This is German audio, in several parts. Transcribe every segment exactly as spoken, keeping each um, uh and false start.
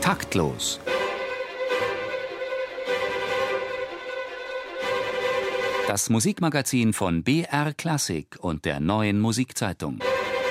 Taktlos. Das Musikmagazin von B R Klassik und der Neuen Musikzeitung.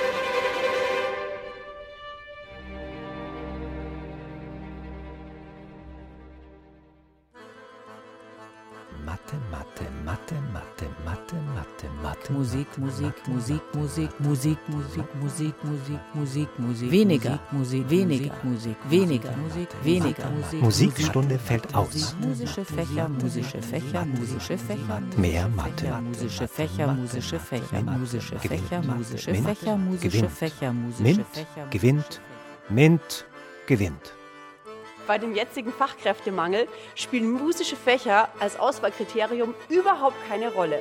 Mathe, Mathe, Mathe, Mathe, Mathe, Mathe, Mathe. Musik, Musik, Musik, Musik, Musik, Musik, Musik, Musik, Musik, Musik. Weniger, Musik, weniger, Musik, weniger, Musik, weniger, Musik. Musikstunde fällt aus. Musische Fächer, musische Fächer, musische Fächer. Mehr Mathe. Musische Fächer, musische Fächer, musische Fächer, musische Mint, Fächer, musische gewinnt. Fächer, musische Mint, Fächer. gewinnt. Mint, gewinnt. Bei dem jetzigen Fachkräftemangel spielen musische Fächer als Auswahlkriterium überhaupt keine Rolle.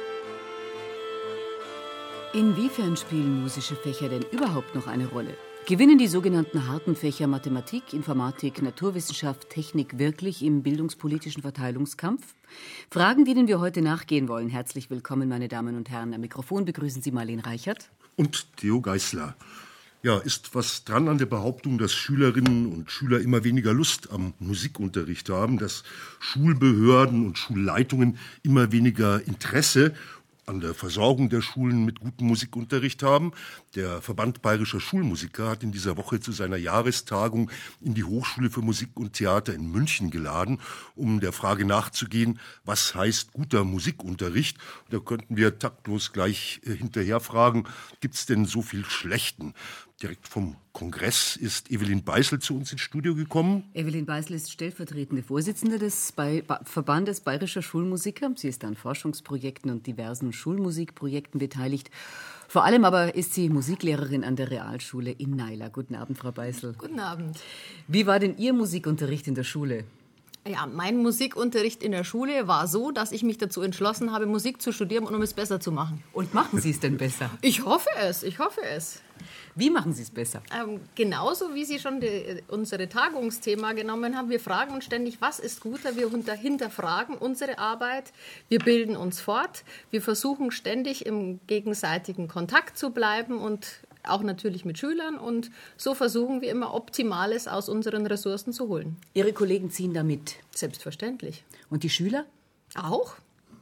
Inwiefern spielen musische Fächer denn überhaupt noch eine Rolle? Gewinnen die sogenannten harten Fächer Mathematik, Informatik, Naturwissenschaft, Technik wirklich im bildungspolitischen Verteilungskampf? Fragen, denen wir heute nachgehen wollen. Herzlich willkommen, meine Damen und Herren. Am Mikrofon begrüßen Sie Marlene Reichert. Und Theo Geisler. Ja, ist was dran an der Behauptung, dass Schülerinnen und Schüler immer weniger Lust am Musikunterricht haben, dass Schulbehörden und Schulleitungen immer weniger Interesse an der Versorgung der Schulen mit gutem Musikunterricht haben. Der Verband Bayerischer Schulmusiker hat in dieser Woche zu seiner Jahrestagung in die Hochschule für Musik und Theater in München geladen, um der Frage nachzugehen, was heißt guter Musikunterricht? Da könnten wir taktlos gleich äh, hinterher fragen, gibt es denn so viel Schlechten? Direkt vom Kongress ist Evelyn Beisel zu uns ins Studio gekommen. Evelyn Beisel ist stellvertretende Vorsitzende des Be- Ba- Verbandes Bayerischer Schulmusiker. Sie ist an Forschungsprojekten und diversen Schulmusikprojekten beteiligt. Vor allem aber ist sie Musiklehrerin an der Realschule in Naila. Guten Abend, Frau Beisel. Guten Abend. Wie war denn Ihr Musikunterricht in der Schule? Ja, mein Musikunterricht in der Schule war so, dass ich mich dazu entschlossen habe, Musik zu studieren, um es besser zu machen. Und machen Sie es denn besser? Ich hoffe es, ich hoffe es. Wie machen Sie es besser? Ähm, genauso wie Sie schon die, unsere Tagungsthema genommen haben. Wir fragen uns ständig, was ist guter? Wir unter, hinterfragen unsere Arbeit. Wir bilden uns fort. Wir versuchen ständig im gegenseitigen Kontakt zu bleiben und auch natürlich mit Schülern. Und so versuchen wir immer Optimales aus unseren Ressourcen zu holen. Ihre Kollegen ziehen da mit? Selbstverständlich. Und die Schüler? Auch.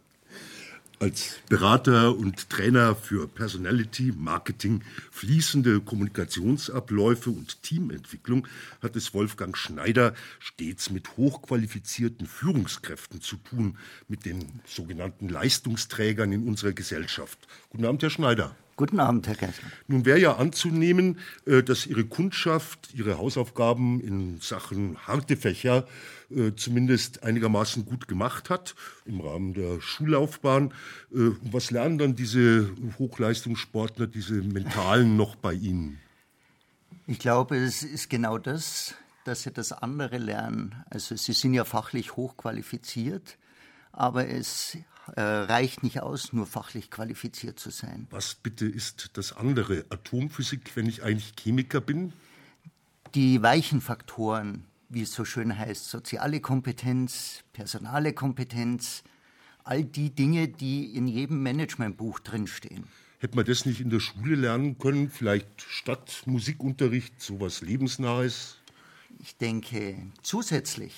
Als Berater und Trainer für Personality, Marketing, fließende Kommunikationsabläufe und Teamentwicklung hat es Wolfgang Schneider stets mit hochqualifizierten Führungskräften zu tun, mit den sogenannten Leistungsträgern in unserer Gesellschaft. Guten Abend, Herr Schneider. Guten Abend, Herr Geisler. Nun wäre ja anzunehmen, dass Ihre Kundschaft Ihre Hausaufgaben in Sachen harte Fächer zumindest einigermaßen gut gemacht hat im Rahmen der Schullaufbahn. Was lernen dann diese Hochleistungssportler, diese Mentalen noch bei Ihnen? Ich glaube, es ist genau das, dass sie das andere lernen. Also sie sind ja fachlich hochqualifiziert, aber es äh, reicht nicht aus, nur fachlich qualifiziert zu sein. Was bitte ist das andere? Atomphysik, wenn ich eigentlich Chemiker bin? Die weichen Faktoren, wie es so schön heißt, soziale Kompetenz, personale Kompetenz, all die Dinge, die in jedem Managementbuch drinstehen. Hätte man das nicht in der Schule lernen können? Vielleicht statt Musikunterricht sowas Lebensnahes? Ich denke, zusätzlich.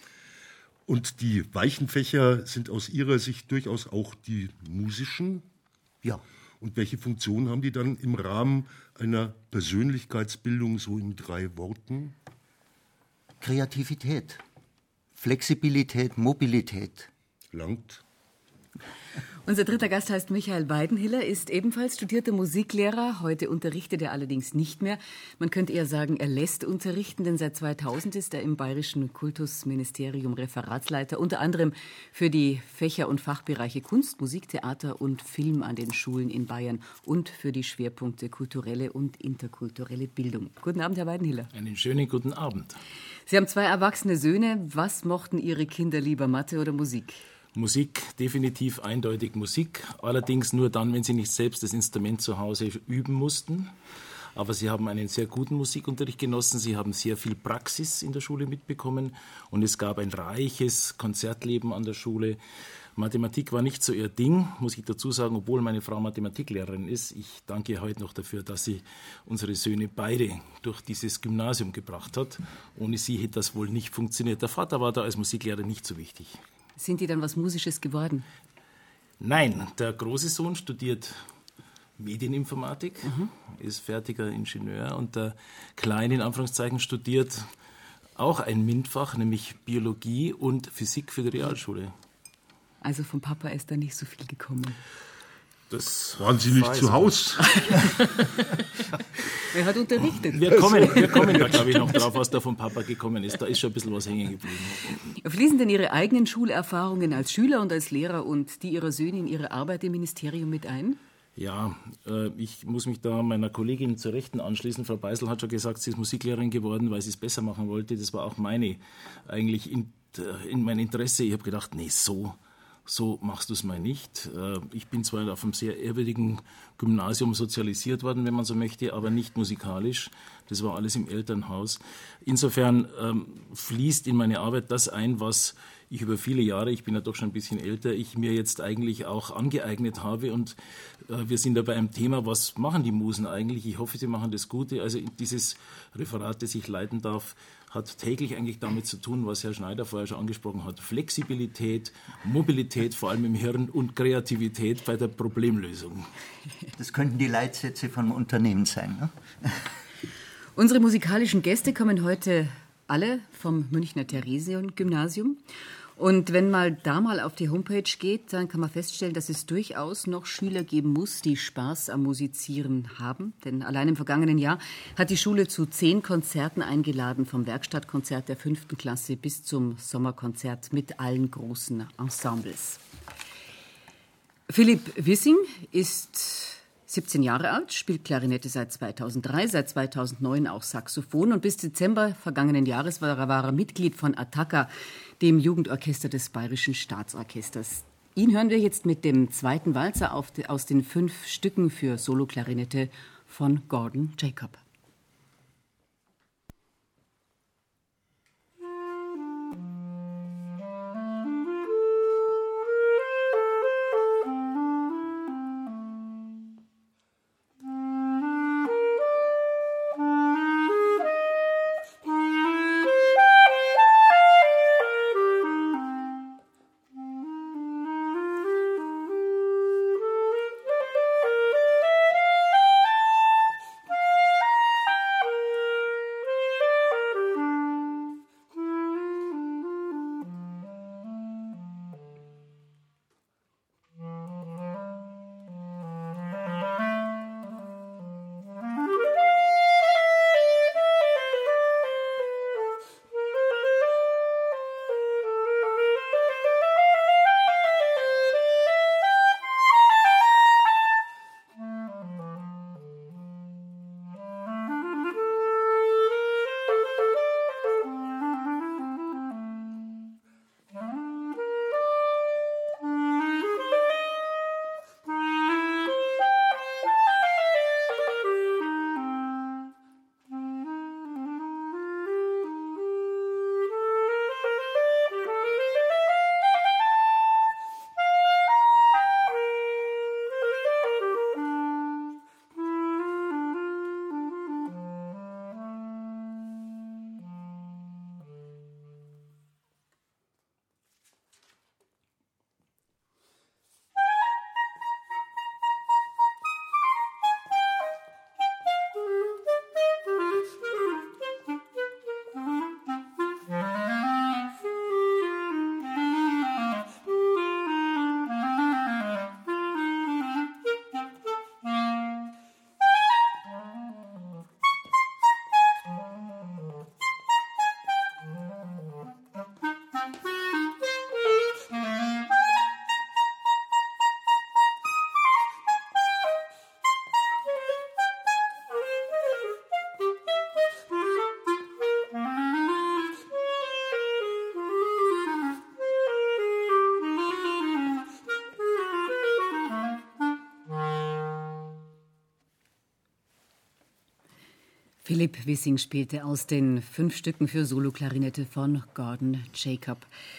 Und die weichen Fächer sind aus Ihrer Sicht durchaus auch die musischen? Ja. Und welche Funktion haben die dann im Rahmen einer Persönlichkeitsbildung so in drei Worten? Kreativität, Flexibilität, Mobilität. Langt. Unser dritter Gast heißt Michael Weidenhiller, ist ebenfalls studierter Musiklehrer. Heute unterrichtet er allerdings nicht mehr. Man könnte eher sagen, er lässt unterrichten, denn seit zweitausend ist er im Bayerischen Kultusministerium Referatsleiter, unter anderem für die Fächer- und Fachbereiche Kunst, Musik, Theater und Film an den Schulen in Bayern und für die Schwerpunkte kulturelle und interkulturelle Bildung. Guten Abend, Herr Weidenhiller. Einen schönen guten Abend. Sie haben zwei erwachsene Söhne. Was mochten Ihre Kinder lieber, Mathe oder Musik? Musik, definitiv eindeutig Musik. Allerdings nur dann, wenn sie nicht selbst das Instrument zu Hause üben mussten. Aber sie haben einen sehr guten Musikunterricht genossen. Sie haben sehr viel Praxis in der Schule mitbekommen. Und es gab ein reiches Konzertleben an der Schule. Mathematik war nicht so ihr Ding, muss ich dazu sagen, obwohl meine Frau Mathematiklehrerin ist. Ich danke ihr heute noch dafür, dass sie unsere Söhne beide durch dieses Gymnasium gebracht hat. Ohne sie hätte das wohl nicht funktioniert. Der Vater war da als Musiklehrer nicht so wichtig. Sind die dann was Musisches geworden? Nein, der große Sohn studiert Medieninformatik, Mhm. ist fertiger Ingenieur, und der Kleine in Anführungszeichen studiert auch ein MINT-Fach, nämlich Biologie und Physik für die Realschule. Also vom Papa ist da nicht so viel gekommen. Das Waren Sie nicht zu Hause? Er hat unterrichtet. Wir kommen, wir kommen da, glaube ich, noch drauf, was da vom Papa gekommen ist. Da ist schon ein bisschen was hängen geblieben. Fließen denn Ihre eigenen Schulerfahrungen als Schüler und als Lehrer und die Ihrer Söhne in Ihre Arbeit im Ministerium mit ein? Ja, äh, ich muss mich da meiner Kollegin zur Rechten anschließen. Frau Beisel hat schon gesagt, sie ist Musiklehrerin geworden, weil sie es besser machen wollte. Das war auch meine, eigentlich in, in mein Interesse. Ich habe gedacht, nee, so... So machst du es mal nicht. Ich bin zwar auf einem sehr ehrwürdigen Gymnasium sozialisiert worden, wenn man so möchte, aber nicht musikalisch. Das war alles im Elternhaus. Insofern ähm, fließt in meine Arbeit das ein, was ich über viele Jahre, ich bin ja doch schon ein bisschen älter, ich mir jetzt eigentlich auch angeeignet habe. Und äh, wir sind da bei einem Thema, was machen die Musen eigentlich? Ich hoffe, sie machen das Gute. Also dieses Referat, das ich leiten darf, hat täglich eigentlich damit zu tun, was Herr Schneider vorher schon angesprochen hat. Flexibilität, Mobilität, vor allem im Hirn, und Kreativität bei der Problemlösung. Das könnten die Leitsätze von Unternehmen sein, ne? Unsere musikalischen Gäste kommen heute alle vom Münchner Theresiengymnasium. Und wenn man da mal auf die Homepage geht, dann kann man feststellen, dass es durchaus noch Schüler geben muss, die Spaß am Musizieren haben. Denn allein im vergangenen Jahr hat die Schule zu zehn Konzerten eingeladen, vom Werkstattkonzert der fünften Klasse bis zum Sommerkonzert mit allen großen Ensembles. Philipp Wissing ist siebzehn Jahre alt, spielt Klarinette seit zweitausenddrei, seit zweitausendneun auch Saxophon, und bis Dezember vergangenen Jahres war er, war er Mitglied von Attacca, dem Jugendorchester des Bayerischen Staatsorchesters. Ihn hören wir jetzt mit dem zweiten Walzer auf de, aus den fünf Stücken für Soloklarinette von Gordon Jacob. Philipp Wissing spielte aus den fünf Stücken für Soloklarinette von Gordon Jacob.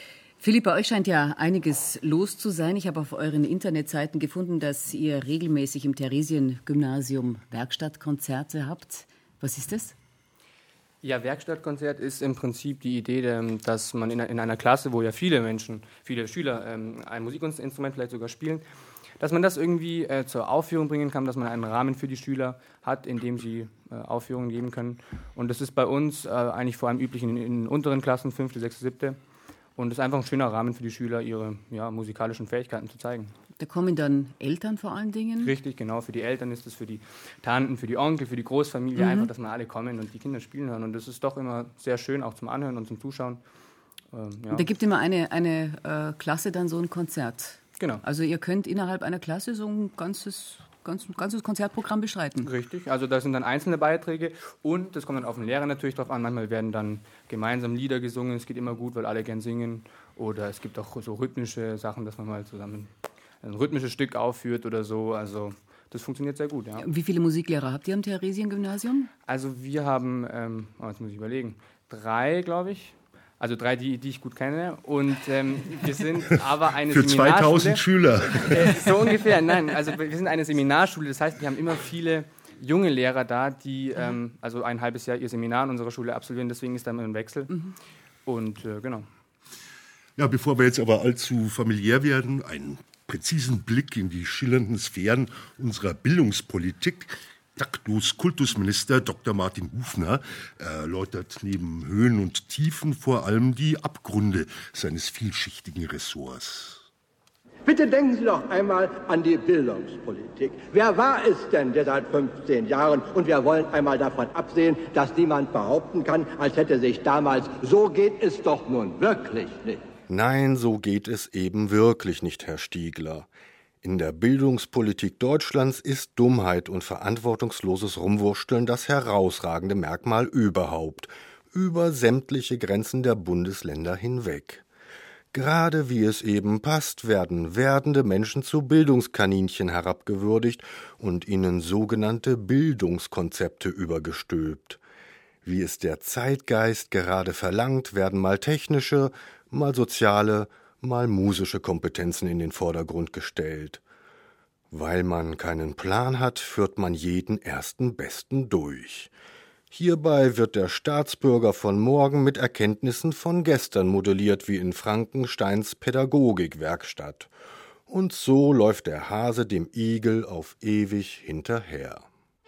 Philipp, bei euch scheint ja einiges los zu sein. Ich habe auf euren Internetseiten gefunden, dass ihr regelmäßig im Theresien-Gymnasium Werkstattkonzerte habt. Was ist das? Ja, Werkstattkonzert ist im Prinzip die Idee, dass man in einer Klasse, wo ja viele Menschen, viele Schüler ein Musikinstrument vielleicht sogar spielen, dass man das irgendwie äh, zur Aufführung bringen kann, dass man einen Rahmen für die Schüler hat, in dem sie äh, Aufführungen geben können. Und das ist bei uns äh, eigentlich vor allem üblich in, in den unteren Klassen, fünfte, sechste, siebte. Und es ist einfach ein schöner Rahmen für die Schüler, ihre ja, musikalischen Fähigkeiten zu zeigen. Da kommen dann Eltern vor allen Dingen? Richtig, genau. Für die Eltern ist es, für die Tanten, für die Onkel, für die Großfamilie, mhm. einfach, dass man alle kommen und die Kinder spielen hören. Und das ist doch immer sehr schön, auch zum Anhören und zum Zuschauen. Ähm, ja. Da gibt immer eine, eine äh, Klasse dann so ein Konzert. Genau. Also ihr könnt innerhalb einer Klasse so ein ganzes, ganz, ganzes Konzertprogramm bestreiten. Richtig, also da sind dann einzelne Beiträge und das kommt dann auf den Lehrer natürlich drauf an. Manchmal werden dann gemeinsam Lieder gesungen, es geht immer gut, weil alle gern singen. Oder es gibt auch so rhythmische Sachen, dass man mal zusammen ein rhythmisches Stück aufführt oder so. Also das funktioniert sehr gut, ja. Wie viele Musiklehrer habt ihr am Theresien-Gymnasium? Also wir haben, ähm, oh, jetzt muss ich überlegen, drei, glaube ich. Also drei, die, die ich gut kenne. Und ähm, wir sind aber eine Für Seminarschule. Für zweitausend Schüler. Äh, so ungefähr, nein. Also wir sind eine Seminarschule. Das heißt, wir haben immer viele junge Lehrer da, die ähm, also ein halbes Jahr ihr Seminar an unserer Schule absolvieren. Deswegen ist da immer ein Wechsel. Mhm. Und äh, genau. Ja, bevor wir jetzt aber allzu familiär werden, einen präzisen Blick in die schillernden Sphären unserer Bildungspolitik. Taktlos Kultusminister Doktor Martin Hufner erläutert neben Höhen und Tiefen vor allem die Abgründe seines vielschichtigen Ressorts. Bitte denken Sie doch einmal an die Bildungspolitik. Wer war es denn, der seit fünfzehn Jahren, und wir wollen einmal davon absehen, dass niemand behaupten kann, als hätte sich damals, so geht es doch nun wirklich nicht. Nein, so geht es eben wirklich nicht, Herr Stiegler. In der Bildungspolitik Deutschlands ist Dummheit und verantwortungsloses Rumwursteln das herausragende Merkmal überhaupt, über sämtliche Grenzen der Bundesländer hinweg. Gerade wie es eben passt, werden werdende Menschen zu Bildungskaninchen herabgewürdigt und ihnen sogenannte Bildungskonzepte übergestülpt. Wie es der Zeitgeist gerade verlangt, werden mal technische, mal soziale, mal musische Kompetenzen in den Vordergrund gestellt. Weil man keinen Plan hat, führt man jeden ersten Besten durch. Hierbei wird der Staatsbürger von morgen mit Erkenntnissen von gestern modelliert, wie in Frankensteins Pädagogikwerkstatt. Und so läuft der Hase dem Igel auf ewig hinterher.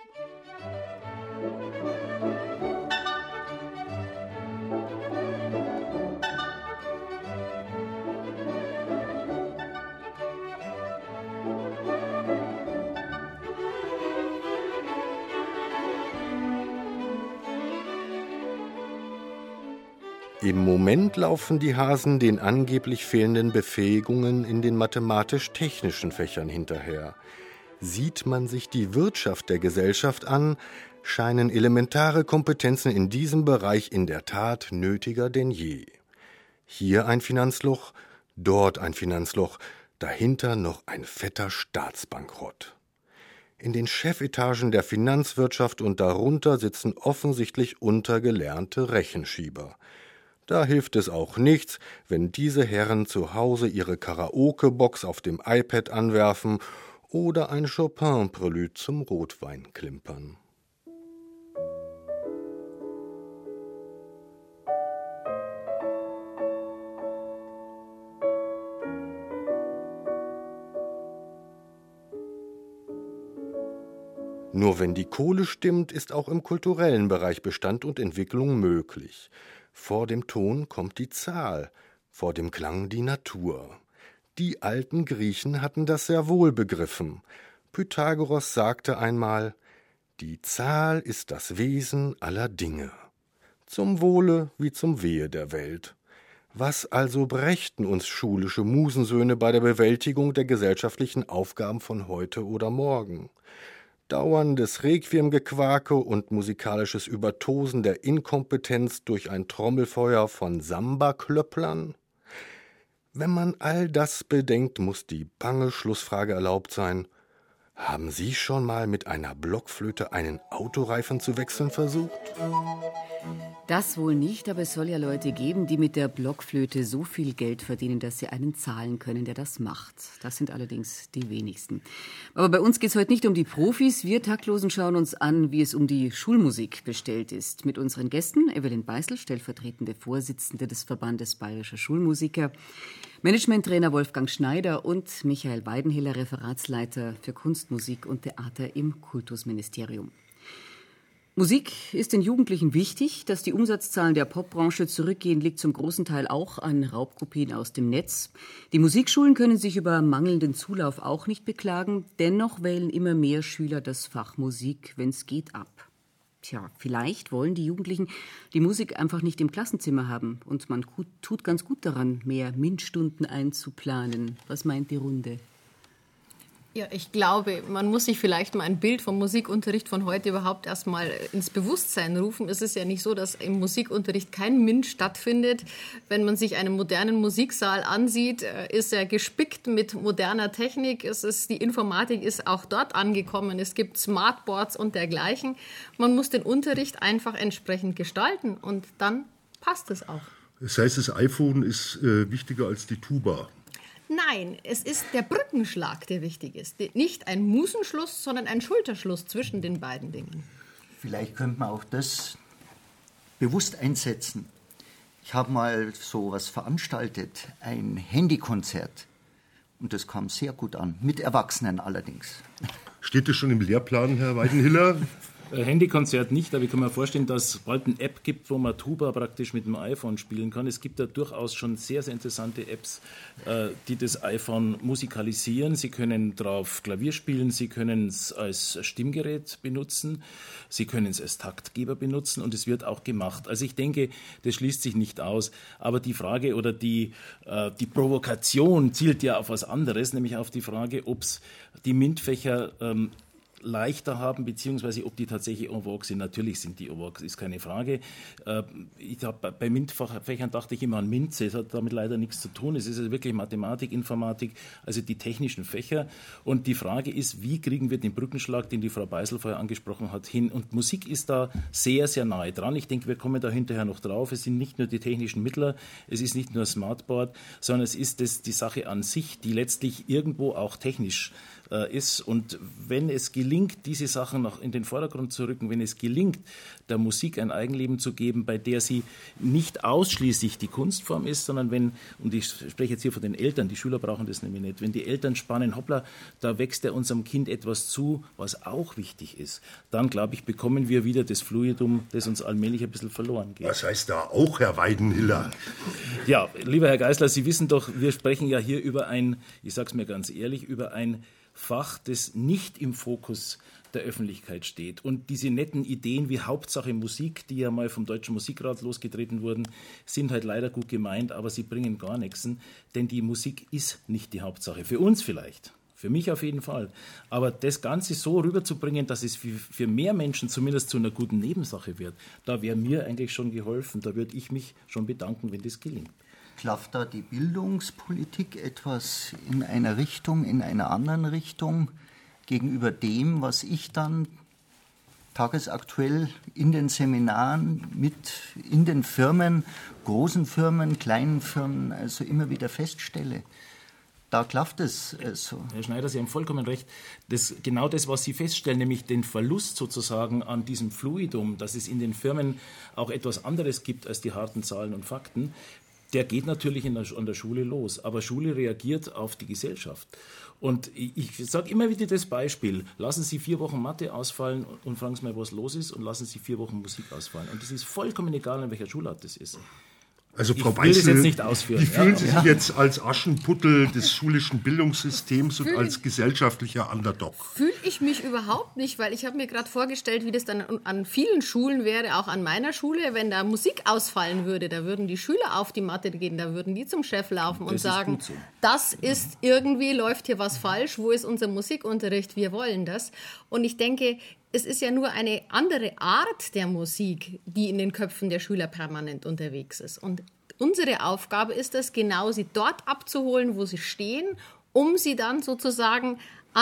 Im Moment laufen die Hasen den angeblich fehlenden Befähigungen in den mathematisch-technischen Fächern hinterher. Sieht man sich die Wirtschaft der Gesellschaft an, scheinen elementare Kompetenzen in diesem Bereich in der Tat nötiger denn je. Hier ein Finanzloch, dort ein Finanzloch, dahinter noch ein fetter Staatsbankrott. In den Chefetagen der Finanzwirtschaft und darunter sitzen offensichtlich untergelernte Rechenschieber. Da hilft es auch nichts, wenn diese Herren zu Hause ihre Karaoke-Box auf dem iPad anwerfen oder ein Chopin-Prelude zum Rotwein klimpern. Nur wenn die Kohle stimmt, ist auch im kulturellen Bereich Bestand und Entwicklung möglich. Vor dem Ton kommt die Zahl, vor dem Klang die Natur. Die alten Griechen hatten das sehr wohl begriffen. Pythagoras sagte einmal: Die Zahl ist das Wesen aller Dinge, zum Wohle wie zum Wehe der Welt. Was also brächten uns schulische Musensöhne bei der Bewältigung der gesellschaftlichen Aufgaben von heute oder morgen? Dauerndes Requiemgequake und musikalisches Übertosen der Inkompetenz durch ein Trommelfeuer von Samba-Klöpplern? Wenn man all das bedenkt, muss die bange Schlussfrage erlaubt sein: Haben Sie schon mal mit einer Blockflöte einen Autoreifen zu wechseln versucht? Das wohl nicht, aber es soll ja Leute geben, die mit der Blockflöte so viel Geld verdienen, dass sie einen zahlen können, der das macht. Das sind allerdings die wenigsten. Aber bei uns geht es heute nicht um die Profis. Wir Taktlosen schauen uns an, wie es um die Schulmusik bestellt ist. Mit unseren Gästen Evelyn Beißel, stellvertretende Vorsitzende des Verbandes Bayerischer Schulmusiker, Managementtrainer Wolfgang Schneider und Michael Weidenhiller, Referatsleiter für Kunst, Musik und Theater im Kultusministerium. Musik ist den Jugendlichen wichtig. Dass die Umsatzzahlen der Popbranche zurückgehen, liegt zum großen Teil auch an Raubkopien aus dem Netz. Die Musikschulen können sich über mangelnden Zulauf auch nicht beklagen. Dennoch wählen immer mehr Schüler das Fach Musik, wenn es geht, ab. Tja, vielleicht wollen die Jugendlichen die Musik einfach nicht im Klassenzimmer haben. Und man gut, tut ganz gut daran, mehr MINT-Stunden einzuplanen. Was meint die Runde? Ja, ich glaube, man muss sich vielleicht mal ein Bild vom Musikunterricht von heute überhaupt erst mal ins Bewusstsein rufen. Es ist ja nicht so, dass im Musikunterricht kein MINT stattfindet. Wenn man sich einen modernen Musiksaal ansieht, ist er gespickt mit moderner Technik. Es ist, die Informatik ist auch dort angekommen. Es gibt Smartboards und dergleichen. Man muss den Unterricht einfach entsprechend gestalten und dann passt es auch. Das heißt, das iPhone ist äh, wichtiger als die Tuba. Nein, es ist der Brückenschlag, der wichtig ist. Nicht ein Musenschluss, sondern ein Schulterschluss zwischen den beiden Dingen. Vielleicht könnte man auch das bewusst einsetzen. Ich habe mal so was veranstaltet, ein Handykonzert. Und das kam sehr gut an, mit Erwachsenen allerdings. Steht das schon im Lehrplan, Herr Weidenhiller? Handykonzert nicht, aber ich kann mir vorstellen, dass es bald eine App gibt, wo man Tuba praktisch mit dem iPhone spielen kann. Es gibt da durchaus schon sehr, sehr interessante Apps, die das iPhone musikalisieren. Sie können drauf Klavier spielen, Sie können es als Stimmgerät benutzen, Sie können es als Taktgeber benutzen und es wird auch gemacht. Also ich denke, das schließt sich nicht aus. Aber die Frage oder die, die Provokation zielt ja auf was anderes, nämlich auf die Frage, ob es die MINT-Fächer ähm, leichter haben, beziehungsweise ob die tatsächlich en vogue sind. Natürlich sind die en vogue, ist keine Frage. Ich hab, bei MINT-Fächern dachte ich immer an Minze, es hat damit leider nichts zu tun. Es ist also wirklich Mathematik, Informatik, also die technischen Fächer. Und die Frage ist, wie kriegen wir den Brückenschlag, den die Frau Beißel vorher angesprochen hat, hin? Und Musik ist da sehr, sehr nahe dran. Ich denke, wir kommen da hinterher noch drauf. Es sind nicht nur die technischen Mittel, es ist nicht nur Smartboard, sondern es ist das, die Sache an sich, die letztlich irgendwo auch technisch ist. Und wenn es gelingt, diese Sachen noch in den Vordergrund zu rücken, wenn es gelingt, der Musik ein Eigenleben zu geben, bei der sie nicht ausschließlich die Kunstform ist, sondern wenn, und ich spreche jetzt hier von den Eltern, die Schüler brauchen das nämlich nicht, wenn die Eltern spannen, hoppla, da wächst ja unserem Kind etwas zu, was auch wichtig ist, dann, glaube ich, bekommen wir wieder das Fluidum, das uns allmählich ein bisschen verloren geht. Was heißt da auch, Herr Weidenhiller? Ja, lieber Herr Geisler, Sie wissen doch, wir sprechen ja hier über ein, ich sage es mir ganz ehrlich, über ein Fach, das nicht im Fokus der Öffentlichkeit steht. Und diese netten Ideen wie Hauptsache Musik, die ja mal vom Deutschen Musikrat losgetreten wurden, sind halt leider gut gemeint, aber sie bringen gar nichts, denn die Musik ist nicht die Hauptsache. Für uns vielleicht, für mich auf jeden Fall. Aber das Ganze so rüberzubringen, dass es für, für mehr Menschen zumindest zu einer guten Nebensache wird, da wäre mir eigentlich schon geholfen. Da würde ich mich schon bedanken, wenn das gelingt. Klafft da die Bildungspolitik etwas in einer Richtung, in einer anderen Richtung gegenüber dem, was ich dann tagesaktuell in den Seminaren mit in den Firmen, großen Firmen, kleinen Firmen, also immer wieder feststelle? Da klafft es äh, so. Herr Schneider, Sie haben vollkommen recht. Das, genau das, was Sie feststellen, nämlich den Verlust sozusagen an diesem Fluidum, dass es in den Firmen auch etwas anderes gibt als die harten Zahlen und Fakten, der geht natürlich in der, an der Schule los. Aber Schule reagiert auf die Gesellschaft. Und ich, ich sage immer wieder das Beispiel, lassen Sie vier Wochen Mathe ausfallen und fragen Sie mal, was los ist, und lassen Sie vier Wochen Musik ausfallen. Und das ist vollkommen egal, in welcher Schulart das ist. Also Frau ich will Beißel, das jetzt nicht ausführen. Wie fühlen Sie ja. sich jetzt als Aschenputtel des schulischen Bildungssystems und als gesellschaftlicher Underdog? Fühle ich mich überhaupt nicht, weil ich habe mir gerade vorgestellt, wie das dann an vielen Schulen wäre, auch an meiner Schule, wenn da Musik ausfallen würde. Da würden die Schüler auf die Matte gehen, da würden die zum Chef laufen und, und sagen, so. das ist irgendwie, läuft hier was falsch, wo ist unser Musikunterricht, wir wollen das. Und ich denke, es ist ja nur eine andere Art der Musik, die in den Köpfen der Schüler permanent unterwegs ist. Und unsere Aufgabe ist es, genau sie dort abzuholen, wo sie stehen, um sie dann sozusagen an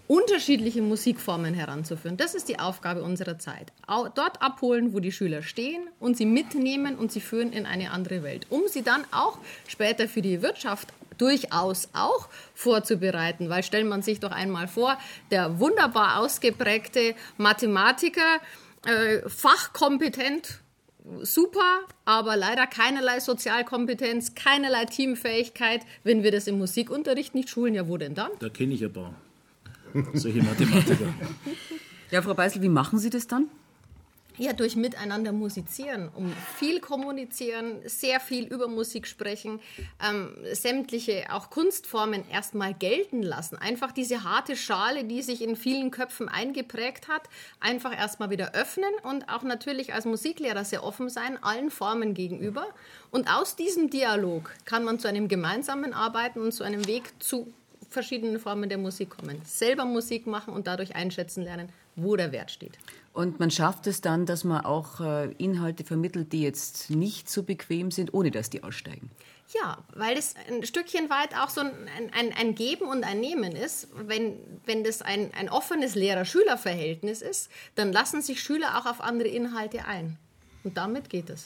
unterschiedliche Musikformen heranzuführen. Das ist die Aufgabe unserer Zeit. Dort abholen, wo die Schüler stehen und sie mitnehmen und sie führen in eine andere Welt, um sie dann auch später für die Wirtschaft durchaus auch vorzubereiten. Weil stellen man sich doch einmal vor, der wunderbar ausgeprägte Mathematiker, äh, fachkompetent, super, aber leider keinerlei Sozialkompetenz, keinerlei Teamfähigkeit. Wenn wir das im Musikunterricht nicht schulen, ja wo denn dann? Da kenne ich ein paar solche Mathematiker. Ja, Frau Beisel, wie machen Sie das dann? Ja, durch miteinander musizieren, um viel kommunizieren, sehr viel über Musik sprechen, ähm, sämtliche auch Kunstformen erstmal gelten lassen. Einfach diese harte Schale, die sich in vielen Köpfen eingeprägt hat, einfach erstmal wieder öffnen und auch natürlich als Musiklehrer sehr offen sein, allen Formen gegenüber. Und aus diesem Dialog kann man zu einem gemeinsamen Arbeiten und zu einem Weg zu verschiedenen Formen der Musik kommen. Selber Musik machen und dadurch einschätzen lernen, wo der Wert steht. Und man schafft es dann, dass man auch äh, Inhalte vermittelt, die jetzt nicht so bequem sind, ohne dass die aussteigen. Ja, weil es ein Stückchen weit auch so ein, ein, ein Geben und ein Nehmen ist. Wenn, wenn das ein, ein offenes Lehrer-Schüler-Verhältnis ist, dann lassen sich Schüler auch auf andere Inhalte ein. Und damit geht es.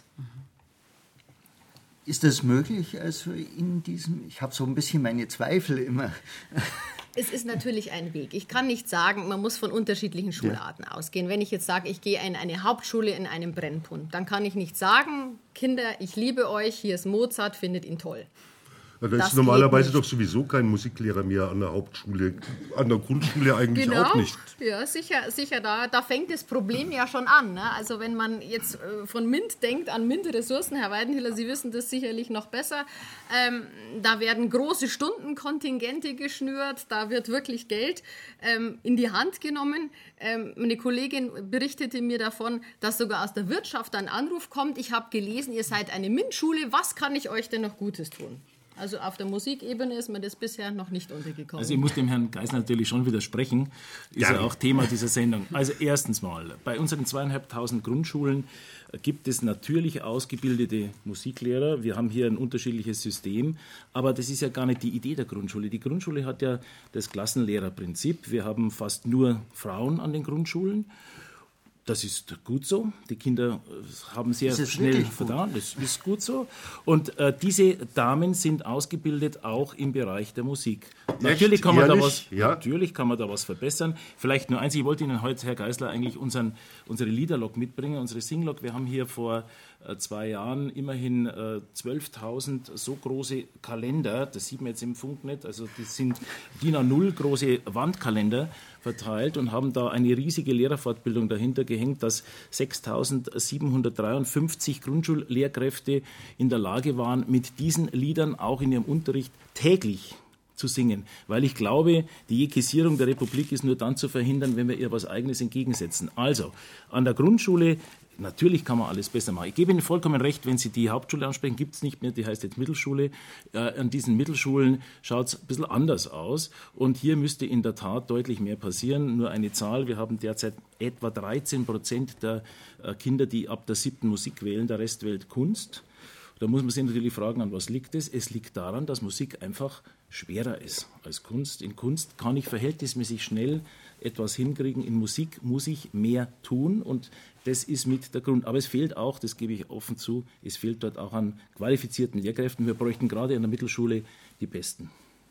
Ist das möglich, also in diesem, ich habe so ein bisschen meine Zweifel immer. Es ist natürlich ein Weg. Ich kann nicht sagen, man muss von unterschiedlichen Schularten ja. ausgehen. Wenn ich jetzt sage, ich gehe in eine Hauptschule in einem Brennpunkt, dann kann ich nicht sagen, Kinder, ich liebe euch, hier ist Mozart, findet ihn toll. Ja, da ist normalerweise doch sowieso kein Musiklehrer mehr an der Hauptschule, an der Grundschule eigentlich genau. auch nicht. Ja, sicher, sicher da, da fängt das Problem ja schon an. Ne? Also wenn man jetzt äh, von MINT denkt, an MINT-Ressourcen, Herr Weidenhiller, Sie wissen das sicherlich noch besser, ähm, da werden große Stundenkontingente geschnürt, da wird wirklich Geld ähm, in die Hand genommen. Ähm, eine Kollegin berichtete mir davon, dass sogar aus der Wirtschaft ein Anruf kommt, ich habe gelesen, ihr seid eine MINT-Schule, was kann ich euch denn noch Gutes tun? Also auf der Musikebene ist mir das bisher noch nicht untergekommen. Also ich muss dem Herrn Geisler natürlich schon widersprechen. Ist ja, ja auch Thema dieser Sendung. Also erstens mal, bei unseren zweieinhalbtausend Grundschulen gibt es natürlich ausgebildete Musiklehrer. Wir haben hier ein unterschiedliches System, aber das ist ja gar nicht die Idee der Grundschule. Die Grundschule hat ja das Klassenlehrerprinzip. Wir haben fast nur Frauen an den Grundschulen. Das ist gut so. Die Kinder haben sehr schnell verdaut. Das ist gut so. Und äh, diese Damen sind ausgebildet auch im Bereich der Musik. Natürlich kann, man da was, ja. natürlich kann man da was verbessern. Vielleicht nur eins, ich wollte Ihnen heute, Herr Geisler, eigentlich unseren, unsere Liederlog mitbringen, unsere Singlog. Wir haben hier vor äh, zwei Jahren immerhin äh, zwölftausend so große Kalender, das sieht man jetzt im Funk nicht, also das sind D I N A null große Wandkalender verteilt und haben da eine riesige Lehrerfortbildung dahinter gehängt, dass sechstausendsiebenhundertdreiundfünfzig Grundschullehrkräfte in der Lage waren, mit diesen Liedern auch in ihrem Unterricht täglich zu singen. Weil ich glaube, die Jekisierung der Republik ist nur dann zu verhindern, wenn wir ihr was Eigenes entgegensetzen. Also, an der Grundschule, natürlich kann man alles besser machen. Ich gebe Ihnen vollkommen recht, wenn Sie die Hauptschule ansprechen, gibt es nicht mehr, die heißt jetzt Mittelschule. Äh, an diesen Mittelschulen schaut es ein bisschen anders aus und hier müsste in der Tat deutlich mehr passieren. Nur eine Zahl, wir haben derzeit etwa dreizehn Prozent der äh, Kinder, die ab der siebten Musik wählen, der Rest wählt Kunst. Da muss man sich natürlich fragen, an was liegt es? Es liegt daran, dass Musik einfach schwerer ist als Kunst. In Kunst kann ich verhältnismäßig schnell etwas hinkriegen. In Musik muss ich mehr tun und das ist mit der Grund. Aber es fehlt auch, das gebe ich offen zu, es fehlt dort auch an qualifizierten Lehrkräften. Wir bräuchten gerade in der Mittelschule die Besten.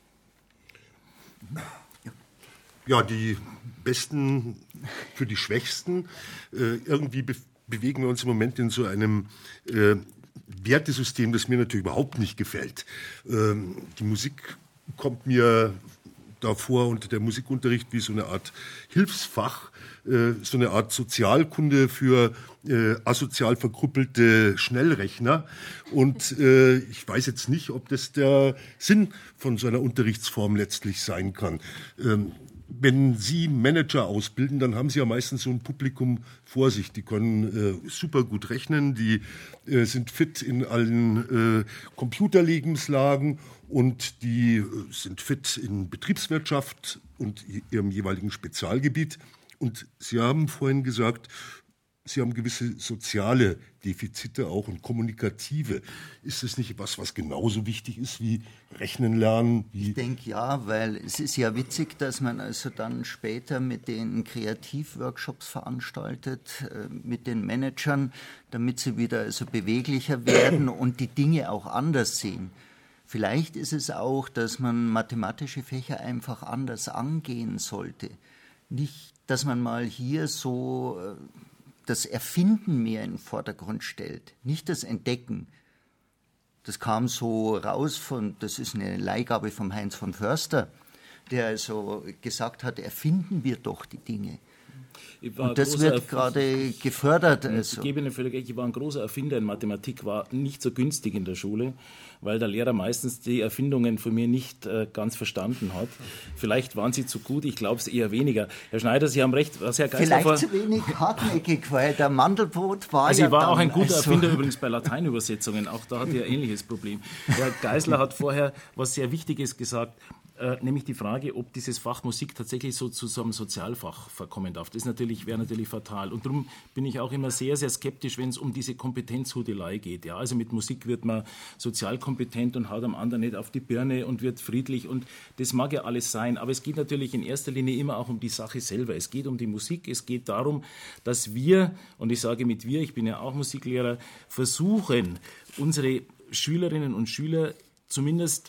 Ja, die Besten für die Schwächsten. Äh, irgendwie be- bewegen wir uns im Moment in so einem äh, Wertesystem, das mir natürlich überhaupt nicht gefällt. Ähm, die Musik kommt mir davor unter der Musikunterricht wie so eine Art Hilfsfach, äh, so eine Art Sozialkunde für äh, asozial verkrüppelte Schnellrechner. Und äh, ich weiß jetzt nicht, ob das der Sinn von so einer Unterrichtsform letztlich sein kann. Ähm, Wenn Sie Manager ausbilden, dann haben Sie ja meistens so ein Publikum vor sich. Die können äh, super gut rechnen, die äh, sind fit in allen äh, Computerlebenslagen und die äh, sind fit in Betriebswirtschaft und ihrem jeweiligen Spezialgebiet. Und Sie haben vorhin gesagt, Sie haben gewisse soziale Defizite auch und kommunikative. Ist es nicht was, was genauso wichtig ist wie Rechnen lernen? Wie ich denke ja, weil es ist ja witzig, dass man also dann später mit den Kreativworkshops veranstaltet, äh, mit den Managern, damit sie wieder also beweglicher werden und die Dinge auch anders sehen. Vielleicht ist es auch, dass man mathematische Fächer einfach anders angehen sollte. Nicht, dass man mal hier so äh, das Erfinden mehr in den Vordergrund stellt, nicht das Entdecken. Das kam so raus von, das ist eine Leihgabe von Heinz von Förster, der also gesagt hat, erfinden wir doch die Dinge. Und das wird gerade gefördert. Also. Ich gebe Ihnen völlig recht, ich war ein großer Erfinder in Mathematik, war nicht so günstig in der Schule, weil der Lehrer meistens die Erfindungen von mir nicht äh, ganz verstanden hat. Vielleicht waren sie zu gut, ich glaube es eher weniger. Herr Schneider, Sie haben recht, was Herr Geisler Vielleicht vor... zu wenig hartnäckig, weil der Mandelbrot war also ja ich war dann, auch ein guter also Erfinder übrigens bei Lateinübersetzungen, auch da hatte er ein ähnliches Problem. Herr Geisler hat vorher was sehr Wichtiges gesagt, Äh, nämlich die Frage, ob dieses Fach Musik tatsächlich so zu so einem Sozialfach verkommen darf. Das ist natürlich, wäre natürlich fatal. Und darum bin ich auch immer sehr, sehr skeptisch, wenn es um diese Kompetenzhudelei geht. Ja, also mit Musik wird man sozial kompetent und haut am anderen nicht auf die Birne und wird friedlich. Und das mag ja alles sein. Aber es geht natürlich in erster Linie immer auch um die Sache selber. Es geht um die Musik. Es geht darum, dass wir, und ich sage mit wir, ich bin ja auch Musiklehrer, versuchen, unsere Schülerinnen und Schüler zumindest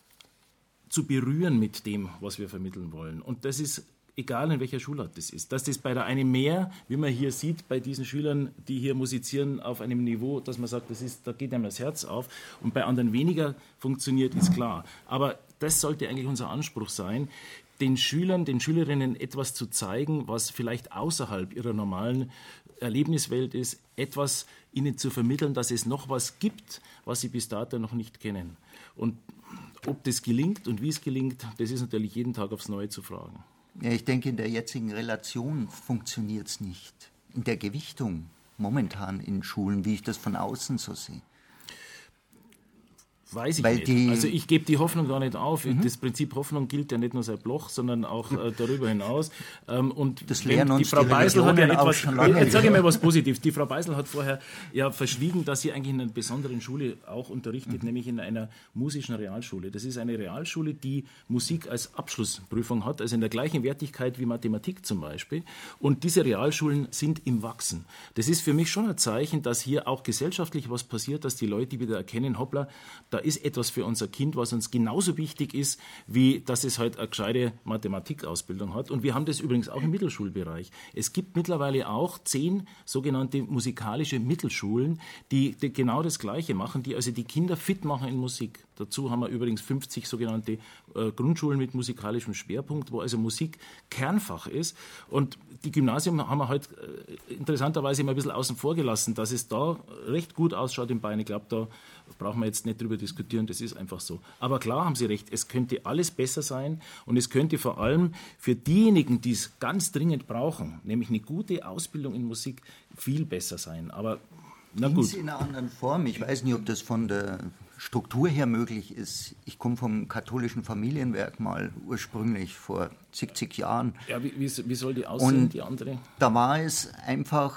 zu berühren mit dem, was wir vermitteln wollen. Und das ist egal, in welcher Schulart das ist. Dass das bei der einen mehr, wie man hier sieht, bei diesen Schülern, die hier musizieren, auf einem Niveau, dass man sagt, das ist, da geht einem das Herz auf, und bei anderen weniger funktioniert, ist klar. Aber das sollte eigentlich unser Anspruch sein, den Schülern, den Schülerinnen etwas zu zeigen, was vielleicht außerhalb ihrer normalen Erlebniswelt ist, etwas ihnen zu vermitteln, dass es noch was gibt, was sie bis dato noch nicht kennen. Und ob das gelingt und wie es gelingt, das ist natürlich jeden Tag aufs Neue zu fragen. Ja, ich denke, in der jetzigen Relation funktioniert es nicht. In der Gewichtung momentan in Schulen, wie ich das von außen so sehe. Weiß ich Weil nicht. Die also ich gebe die Hoffnung da nicht auf. Mhm. Das Prinzip Hoffnung gilt ja nicht nur seit Bloch, sondern auch äh, darüber hinaus. Ähm, und das lernen die uns Frau die Beisel hat ja etwas. schon lange. Jetzt sage ich mal was Positives. Die Frau Beisel hat vorher ja verschwiegen, dass sie eigentlich in einer besonderen Schule auch unterrichtet, mhm. nämlich in einer musischen Realschule. Das ist eine Realschule, die Musik als Abschlussprüfung hat, also in der gleichen Wertigkeit wie Mathematik zum Beispiel. Und diese Realschulen sind im Wachsen. Das ist für mich schon ein Zeichen, dass hier auch gesellschaftlich was passiert, dass die Leute wieder erkennen, hoppla, da ist etwas für unser Kind, was uns genauso wichtig ist, wie dass es halt eine gescheite Mathematikausbildung hat. Und wir haben das übrigens auch im Mittelschulbereich. Es gibt mittlerweile auch zehn sogenannte musikalische Mittelschulen, die, die genau das Gleiche machen, die also die Kinder fit machen in Musik. Dazu haben wir übrigens fünfzig sogenannte äh, Grundschulen mit musikalischem Schwerpunkt, wo also Musik Kernfach ist. Und die Gymnasien haben wir halt äh, interessanterweise immer ein bisschen außen vor gelassen, dass es da recht gut ausschaut im Bein. Ich glaube, da brauchen wir jetzt nicht drüber diskutieren, das ist einfach so. Aber klar haben Sie recht, es könnte alles besser sein und es könnte vor allem für diejenigen, die es ganz dringend brauchen, nämlich eine gute Ausbildung in Musik, viel besser sein. Aber na gut. In einer anderen Form. Ich weiß nicht, ob das von der Struktur her möglich ist. Ich komme vom katholischen Familienwerk mal ursprünglich vor zig Jahren. Ja, wie, wie, wie soll die aussehen, und die andere? Da war es einfach,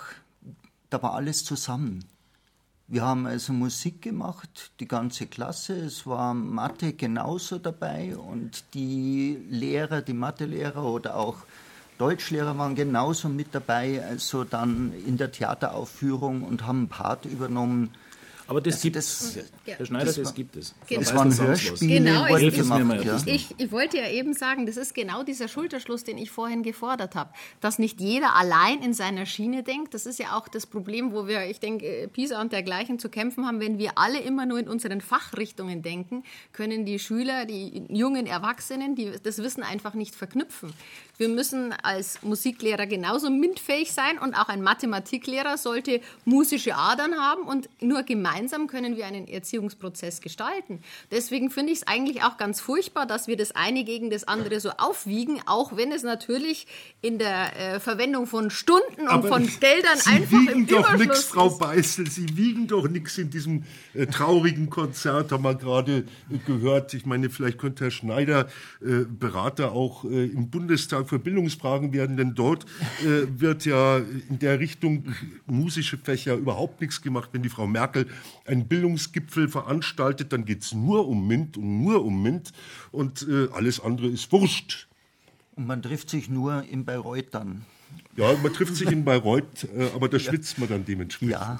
da war alles zusammen. Wir haben also Musik gemacht, die ganze Klasse, es war Mathe genauso dabei und die Lehrer, die Mathelehrer oder auch Deutschlehrer waren genauso mit dabei, also dann in der Theateraufführung und haben einen Part übernommen. Aber das also gibt das, es. Ja. Herr Schneider, das, das gibt es. Genau. Das waren Hörspiele, genau, wurde ich, gemacht. Ja. Ich, ich wollte ja eben sagen, das ist genau dieser Schulterschluss, den ich vorhin gefordert habe, dass nicht jeder allein in seiner Schiene denkt. Das ist ja auch das Problem, wo wir, ich denke, PISA und dergleichen zu kämpfen haben. Wenn wir alle immer nur in unseren Fachrichtungen denken, können die Schüler, die jungen Erwachsenen, die das Wissen einfach nicht verknüpfen. Wir müssen als Musiklehrer genauso MINT-fähig sein und auch ein Mathematiklehrer sollte musische Adern haben und nur gemeinsam gemeinsam können wir einen Erziehungsprozess gestalten. Deswegen finde ich es eigentlich auch ganz furchtbar, dass wir das eine gegen das andere so aufwiegen, auch wenn es natürlich in der äh, Verwendung von Stunden und Aber von Geldern Sie einfach wiegen im doch Überfluss nichts, Frau ist. Beißel, Sie wiegen doch nichts in diesem äh, traurigen Konzert, haben wir gerade äh, gehört. Ich meine, vielleicht könnte Herr Schneider äh, Berater auch äh, im Bundestag für Bildungsfragen werden, denn dort äh, wird ja in der Richtung musische Fächer überhaupt nichts gemacht. Wenn die Frau Merkel einen Bildungsgipfel veranstaltet, dann geht es nur um MINT und nur um MINT und äh, alles andere ist wurscht. Und man trifft sich nur in Bayreuth dann. Ja, man trifft sich in Bayreuth, äh, aber da schwitzt man dann dementsprechend. Ja.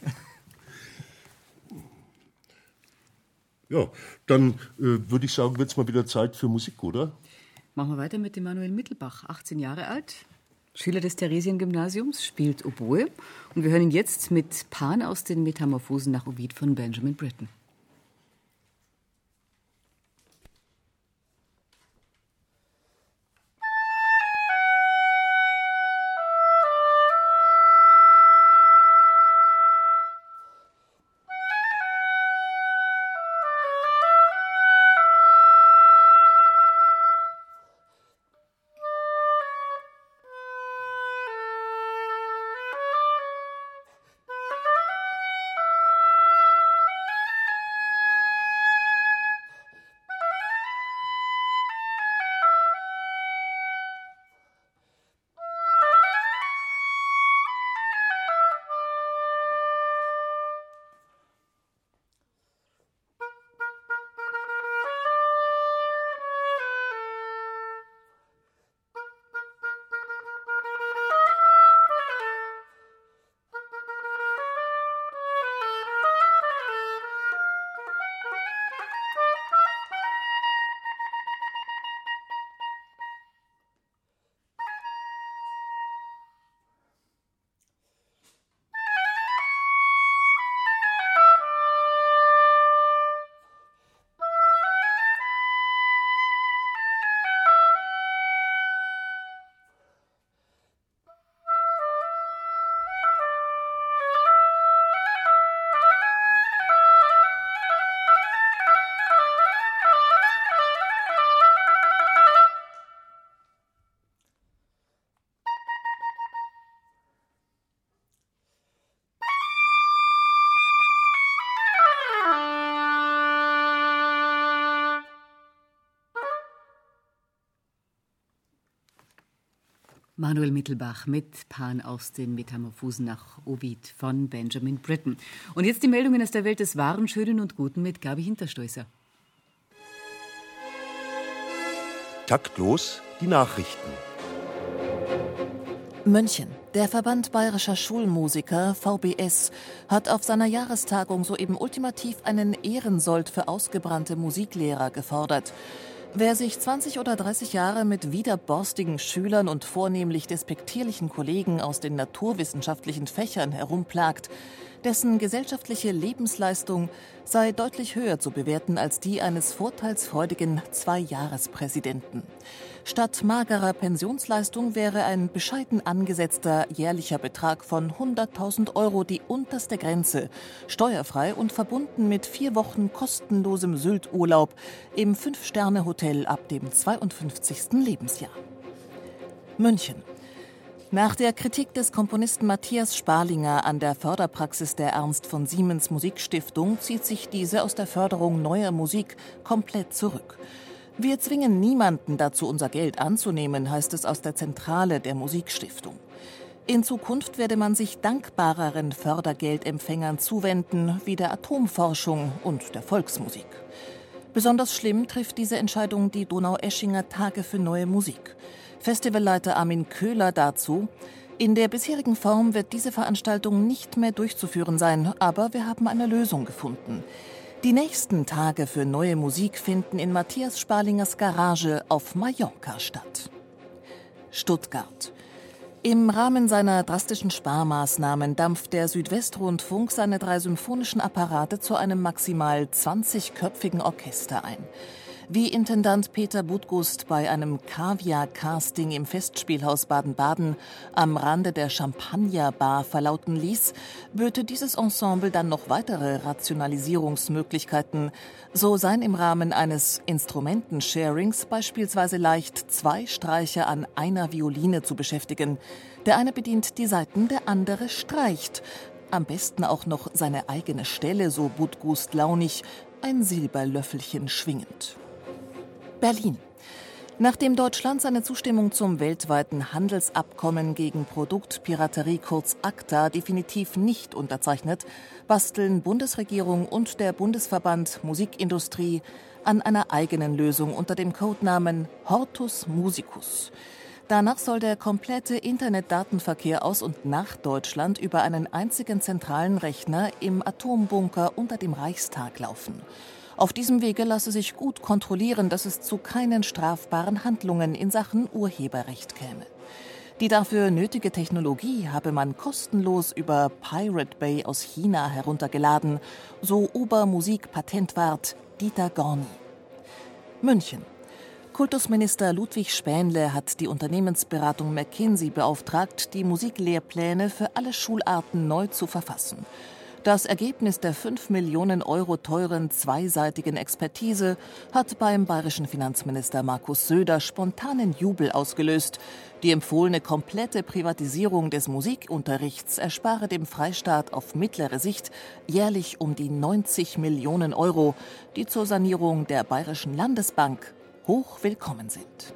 Ja, dann äh, würde ich sagen, wird es mal wieder Zeit für Musik, oder? Machen wir weiter mit dem Manuel Mittelbach, achtzehn Jahre alt, Schüler des Theresiengymnasiums, spielt Oboe. Und wir hören ihn jetzt mit Pan aus den Metamorphosen nach Ovid von Benjamin Britten. Manuel Mittelbach mit Pan aus den Metamorphosen nach Ovid von Benjamin Britten. Und jetzt die Meldungen aus der Welt des Wahren, Schönen und Guten mit Gabi Hinterstoißer. Taktlos die Nachrichten. München. Der Verband Bayerischer Schulmusiker, V B S, hat auf seiner Jahrestagung soeben ultimativ einen Ehrensold für ausgebrannte Musiklehrer gefordert. Wer sich zwanzig oder dreißig Jahre mit widerborstigen Schülern und vornehmlich despektierlichen Kollegen aus den naturwissenschaftlichen Fächern herumplagt, dessen gesellschaftliche Lebensleistung sei deutlich höher zu bewerten als die eines vorteilsfreudigen Zwei-Jahres-Präsidenten. Statt magerer Pensionsleistung wäre ein bescheiden angesetzter jährlicher Betrag von hunderttausend Euro die unterste Grenze, steuerfrei und verbunden mit vier Wochen kostenlosem Sylt-Urlaub im Fünf-Sterne-Hotel ab dem zweiundfünfzigsten Lebensjahr. München. Nach der Kritik des Komponisten Matthias Sparlinger an der Förderpraxis der Ernst von Siemens Musikstiftung zieht sich diese aus der Förderung neuer Musik komplett zurück. Wir zwingen niemanden dazu, unser Geld anzunehmen, heißt es aus der Zentrale der Musikstiftung. In Zukunft werde man sich dankbareren Fördergeldempfängern zuwenden, wie der Atomforschung und der Volksmusik. Besonders schlimm trifft diese Entscheidung die Donaueschinger Tage für neue Musik. Festivalleiter Armin Köhler dazu: In der bisherigen Form wird diese Veranstaltung nicht mehr durchzuführen sein, aber wir haben eine Lösung gefunden. Die nächsten Tage für neue Musik finden in Matthias Sparlingers Garage auf Mallorca statt. Stuttgart. Im Rahmen seiner drastischen Sparmaßnahmen dampft der Südwestrundfunk seine drei symphonischen Apparate zu einem maximal zwanzigköpfigen Orchester ein. Wie Intendant Peter Budgust bei einem Kaviar-Casting im Festspielhaus Baden-Baden am Rande der Champagnerbar verlauten ließ, böte dieses Ensemble dann noch weitere Rationalisierungsmöglichkeiten. So seien im Rahmen eines Instrumentensharings beispielsweise leicht zwei Streicher an einer Violine zu beschäftigen. Der eine bedient die Saiten, der andere streicht. Am besten auch noch seine eigene Stelle, so Budgust launig, ein Silberlöffelchen schwingend. Berlin. Nachdem Deutschland seine Zustimmung zum weltweiten Handelsabkommen gegen Produktpiraterie kurz ACTA definitiv nicht unterzeichnet, basteln Bundesregierung und der Bundesverband Musikindustrie an einer eigenen Lösung unter dem Codenamen Hortus Musicus. Danach soll der komplette Internetdatenverkehr aus und nach Deutschland über einen einzigen zentralen Rechner im Atombunker unter dem Reichstag laufen. Auf diesem Wege lasse sich gut kontrollieren, dass es zu keinen strafbaren Handlungen in Sachen Urheberrecht käme. Die dafür nötige Technologie habe man kostenlos über Pirate Bay aus China heruntergeladen, so Obermusikpatentwart Dieter Gorni. München. Kultusminister Ludwig Spähnle hat die Unternehmensberatung McKinsey beauftragt, die Musiklehrpläne für alle Schularten neu zu verfassen. Das Ergebnis der fünf Millionen Euro teuren zweiseitigen Expertise hat beim bayerischen Finanzminister Markus Söder spontanen Jubel ausgelöst. Die empfohlene komplette Privatisierung des Musikunterrichts erspare dem Freistaat auf mittlere Sicht jährlich um die neunzig Millionen Euro, die zur Sanierung der Bayerischen Landesbank hoch willkommen sind.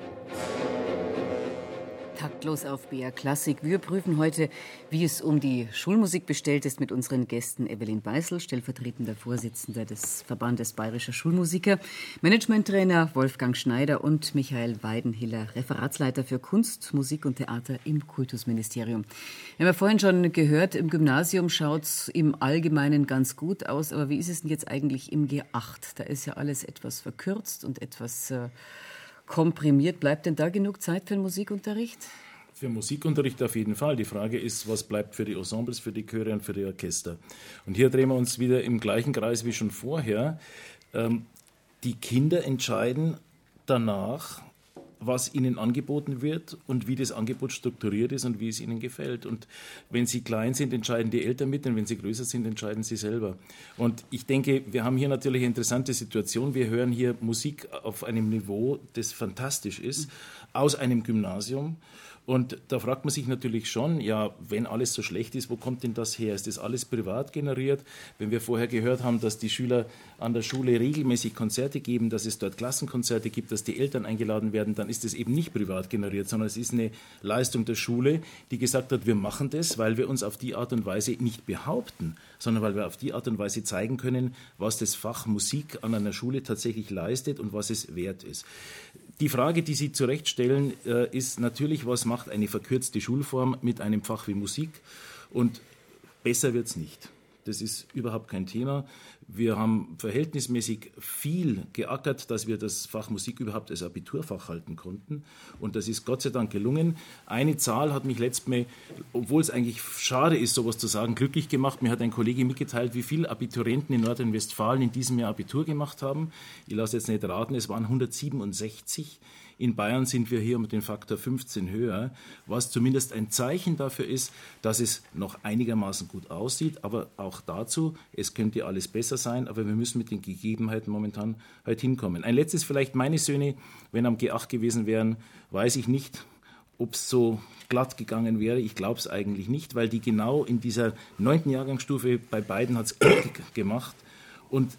Taktlos auf B R Klassik. Wir prüfen heute, wie es um die Schulmusik bestellt ist, mit unseren Gästen Evelyn Beisel, stellvertretender Vorsitzender des Verbandes Bayerischer Schulmusiker, Managementtrainer Wolfgang Schneider und Michael Weidenhiller, Referatsleiter für Kunst, Musik und Theater im Kultusministerium. Wir haben ja vorhin schon gehört, im Gymnasium schaut es im Allgemeinen ganz gut aus, aber wie ist es denn jetzt eigentlich im G acht? Da ist ja alles etwas verkürzt und etwas äh, komprimiert. Bleibt denn da genug Zeit für den Musikunterricht? Für Musikunterricht auf jeden Fall. Die Frage ist, was bleibt für die Ensembles, für die Chöre und für die Orchester. Und hier drehen wir uns wieder im gleichen Kreis wie schon vorher. Ähm, die Kinder entscheiden danach, was ihnen angeboten wird und wie das Angebot strukturiert ist und wie es ihnen gefällt. Und wenn sie klein sind, entscheiden die Eltern mit, und wenn sie größer sind, entscheiden sie selber. Und ich denke, wir haben hier natürlich eine interessante Situation. Wir hören hier Musik auf einem Niveau, das fantastisch ist, aus einem Gymnasium. Und da fragt man sich natürlich schon, ja, wenn alles so schlecht ist, wo kommt denn das her? Ist das alles privat generiert? Wenn wir vorher gehört haben, dass die Schüler an der Schule regelmäßig Konzerte geben, dass es dort Klassenkonzerte gibt, dass die Eltern eingeladen werden, dann ist das eben nicht privat generiert, sondern es ist eine Leistung der Schule, die gesagt hat, wir machen das, weil wir uns auf die Art und Weise nicht behaupten, sondern weil wir auf die Art und Weise zeigen können, was das Fach Musik an einer Schule tatsächlich leistet und was es wert ist. Die Frage, die Sie zu Recht stellen, ist natürlich, was macht eine verkürzte Schulform mit einem Fach wie Musik? Und besser wird es nicht. Das ist überhaupt kein Thema. Wir haben verhältnismäßig viel geackert, dass wir das Fach Musik überhaupt als Abiturfach halten konnten. Und das ist Gott sei Dank gelungen. Eine Zahl hat mich letztes Mal, obwohl es eigentlich schade ist, sowas zu sagen, glücklich gemacht. Mir hat ein Kollege mitgeteilt, wie viele Abiturienten in Nordrhein-Westfalen in diesem Jahr Abitur gemacht haben. Ich lasse jetzt nicht raten, es waren hundertsiebenundsechzig. In Bayern sind wir hier mit dem Faktor fünfzehn höher, was zumindest ein Zeichen dafür ist, dass es noch einigermaßen gut aussieht. Aber auch dazu, es könnte alles besser sein, aber wir müssen mit den Gegebenheiten momentan halt hinkommen. Ein letztes vielleicht, meine Söhne, wenn am G acht gewesen wären, weiß ich nicht, ob es so glatt gegangen wäre. Ich glaube es eigentlich nicht, weil die genau in dieser neunten Jahrgangsstufe bei beiden hat es gemacht. Und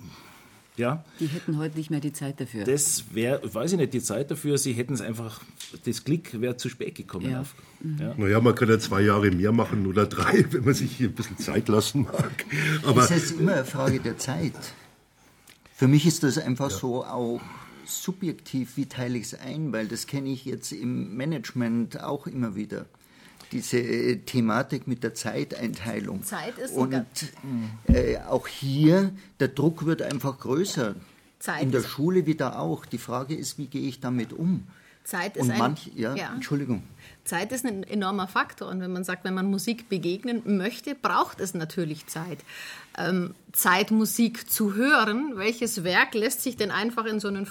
ja, die hätten heute nicht mehr die Zeit dafür. Das wäre, weiß ich nicht, die Zeit dafür. Sie hätten es einfach, das Glück wäre zu spät gekommen. Ja. Auf, mhm. ja. Naja, man kann ja zwei Jahre mehr machen oder drei, wenn man sich hier ein bisschen Zeit lassen mag. Aber es ist immer eine Frage der Zeit. Für mich ist das einfach ja. so auch subjektiv, wie teile ich es ein, weil das kenne ich jetzt im Management auch immer wieder. Diese äh, Thematik mit der Zeiteinteilung. Zeit ist und äh, auch hier, der Druck wird einfach größer. Zeit in der Schule wieder auch. Die Frage ist, wie gehe ich damit um? Zeit ist und ein, manch, ja, ja. Entschuldigung. Zeit ist ein enormer Faktor. Und wenn man sagt, wenn man Musik begegnen möchte, braucht es natürlich Zeit. Ähm, Zeit, Musik zu hören. Welches Werk lässt sich denn einfach in so einen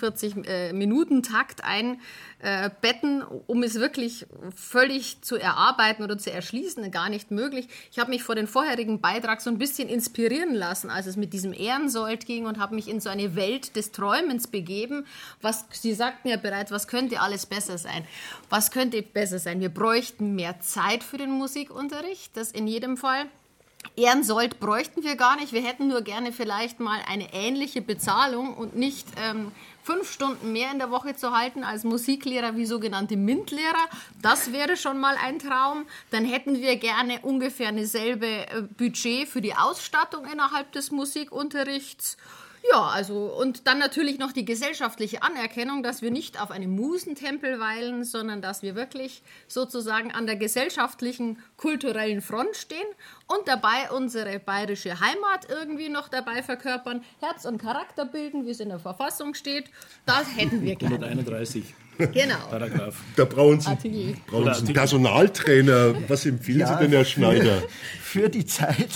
fünfundvierzig-Minuten-Takt einbetten, um es wirklich völlig zu erarbeiten oder zu erschließen? Gar nicht möglich. Ich habe mich vor den vorherigen Beitrag so ein bisschen inspirieren lassen, als es mit diesem Ehrensold ging, und habe mich in so eine Welt des Träumens begeben. Was, Sie sagten ja bereits, was könnte alles besser sein? Was könnte besser sein? Wir bräuchten mehr Zeit für den Musikunterricht, das in jedem Fall. Ehrensold bräuchten wir gar nicht. Wir hätten nur gerne vielleicht mal eine ähnliche Bezahlung und nicht ähm, fünf Stunden mehr in der Woche zu halten als Musiklehrer wie sogenannte MINT-Lehrer. Das wäre schon mal ein Traum. Dann hätten wir gerne ungefähr eine selbe äh, Budget für die Ausstattung innerhalb des Musikunterrichts. Ja, also und dann natürlich noch die gesellschaftliche Anerkennung, dass wir nicht auf einem Musentempel weilen, sondern dass wir wirklich sozusagen an der gesellschaftlichen, kulturellen Front stehen und dabei unsere bayerische Heimat irgendwie noch dabei verkörpern, Herz und Charakter bilden, wie es in der Verfassung steht. Das hätten wir gerne. hunderteinunddreißig. Genau. Paragraph. Da brauchen Sie, brauchen Sie einen Personaltrainer. Was empfehlen ja, Sie denn, Herr Schneider? Für, für die Zeit.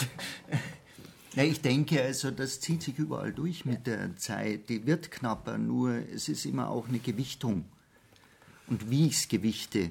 Ja, ich denke, also das zieht sich überall durch mit der Zeit. Die wird knapper, nur es ist immer auch eine Gewichtung. Und wie ich es gewichte.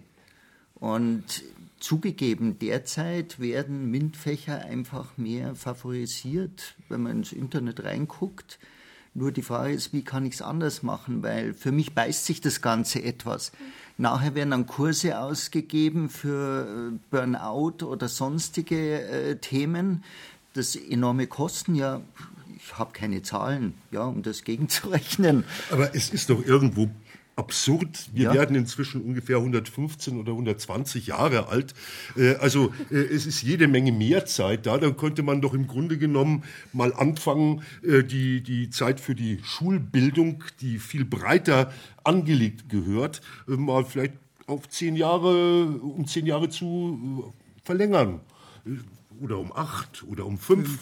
Und zugegeben, derzeit werden MINT-Fächer einfach mehr favorisiert, wenn man ins Internet reinguckt. Nur die Frage ist, wie kann ich es anders machen? Weil für mich beißt sich das Ganze etwas. Nachher werden dann Kurse ausgegeben für Burnout oder sonstige äh, Themen. Das enorme Kosten, ja, ich habe keine Zahlen, ja, um das gegenzurechnen. Aber es ist doch irgendwo absurd. Wir ja. werden inzwischen ungefähr hundertfünfzehn oder hundertzwanzig Jahre alt. Also es ist jede Menge mehr Zeit da. Dann könnte man doch im Grunde genommen mal anfangen, die, die Zeit für die Schulbildung, die viel breiter angelegt gehört, mal vielleicht auf zehn Jahre, um zehn Jahre zu verlängern. Oder um acht oder um fünf.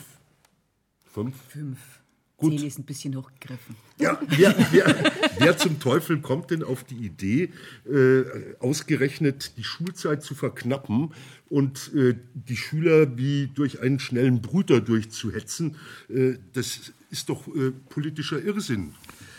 Fünf? Fünf. Gut. Zehn ist ein bisschen hochgegriffen. Ja, wer, wer, wer zum Teufel kommt denn auf die Idee, äh, ausgerechnet die Schulzeit zu verknappen und äh, die Schüler wie durch einen schnellen Brüter durchzuhetzen? Äh, das ist doch äh, politischer Irrsinn.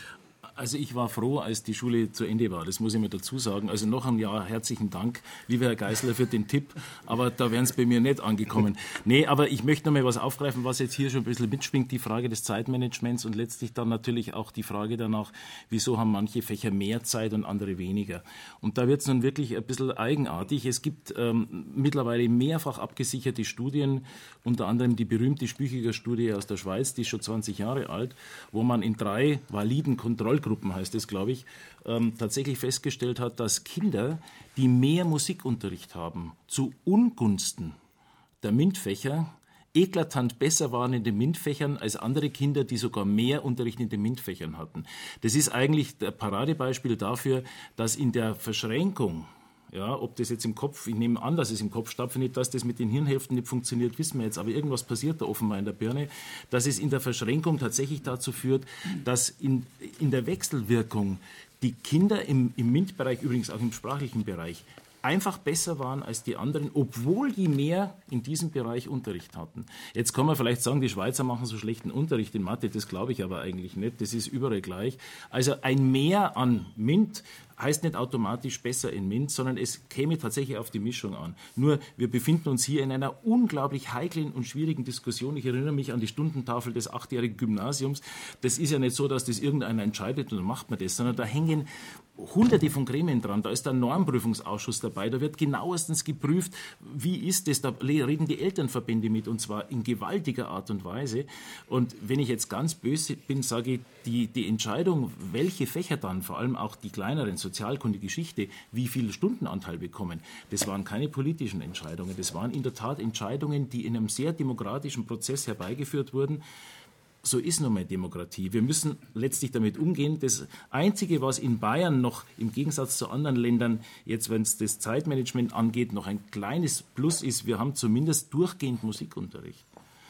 Also ich war froh, als die Schule zu Ende war, das muss ich mir dazu sagen. Also noch ein Jahr herzlichen Dank, lieber Herr Geisler, für den Tipp, aber da wären es bei mir nicht angekommen. Nee, aber ich möchte noch mal was aufgreifen, was jetzt hier schon ein bisschen mitschwingt, die Frage des Zeitmanagements und letztlich dann natürlich auch die Frage danach, wieso haben manche Fächer mehr Zeit und andere weniger. Und da wird es nun wirklich ein bisschen eigenartig. Es gibt ähm, mittlerweile mehrfach abgesicherte Studien, unter anderem die berühmte Spüchiger-Studie aus der Schweiz, die ist schon zwanzig Jahre alt, wo man in drei validen Kontrollgruppen, heißt es, glaube ich, ähm, tatsächlich festgestellt hat, dass Kinder, die mehr Musikunterricht haben, zu Ungunsten der MINT-Fächer eklatant besser waren in den MINT-Fächern als andere Kinder, die sogar mehr Unterricht in den MINT-Fächern hatten. Das ist eigentlich das Paradebeispiel dafür, dass in der Verschränkung, ja, ob das jetzt im Kopf, ich nehme an, dass es im Kopf stattfindet, dass das mit den Hirnhälften nicht funktioniert, wissen wir jetzt. Aber irgendwas passiert da offenbar in der Birne, dass es in der Verschränkung tatsächlich dazu führt, dass in, in der Wechselwirkung die Kinder im, im MINT-Bereich, übrigens auch im sprachlichen Bereich, einfach besser waren als die anderen, obwohl die mehr in diesem Bereich Unterricht hatten. Jetzt kann man vielleicht sagen, die Schweizer machen so schlechten Unterricht in Mathe, das glaube ich aber eigentlich nicht, das ist überall gleich. Also ein Mehr an MINT heißt nicht automatisch besser in MINT, sondern es käme tatsächlich auf die Mischung an. Nur, wir befinden uns hier in einer unglaublich heiklen und schwierigen Diskussion. Ich erinnere mich an die Stundentafel des achtjährigen Gymnasiums. Das ist ja nicht so, dass das irgendeiner entscheidet und dann macht man das, sondern da hängen Hunderte von Gremien dran, da ist der Normprüfungsausschuss dabei, da wird genauestens geprüft, wie ist das, da reden die Elternverbände mit und zwar in gewaltiger Art und Weise. Und wenn ich jetzt ganz böse bin, sage ich, die, die Entscheidung, welche Fächer dann, vor allem auch die kleineren, Sozialkunde, Geschichte, wie viel Stundenanteil bekommen, das waren keine politischen Entscheidungen, das waren in der Tat Entscheidungen, die in einem sehr demokratischen Prozess herbeigeführt wurden. So ist nun mal Demokratie. Wir müssen letztlich damit umgehen. Das Einzige, was in Bayern noch im Gegensatz zu anderen Ländern, jetzt wenn es das Zeitmanagement angeht, noch ein kleines Plus ist, wir haben zumindest durchgehend Musikunterricht.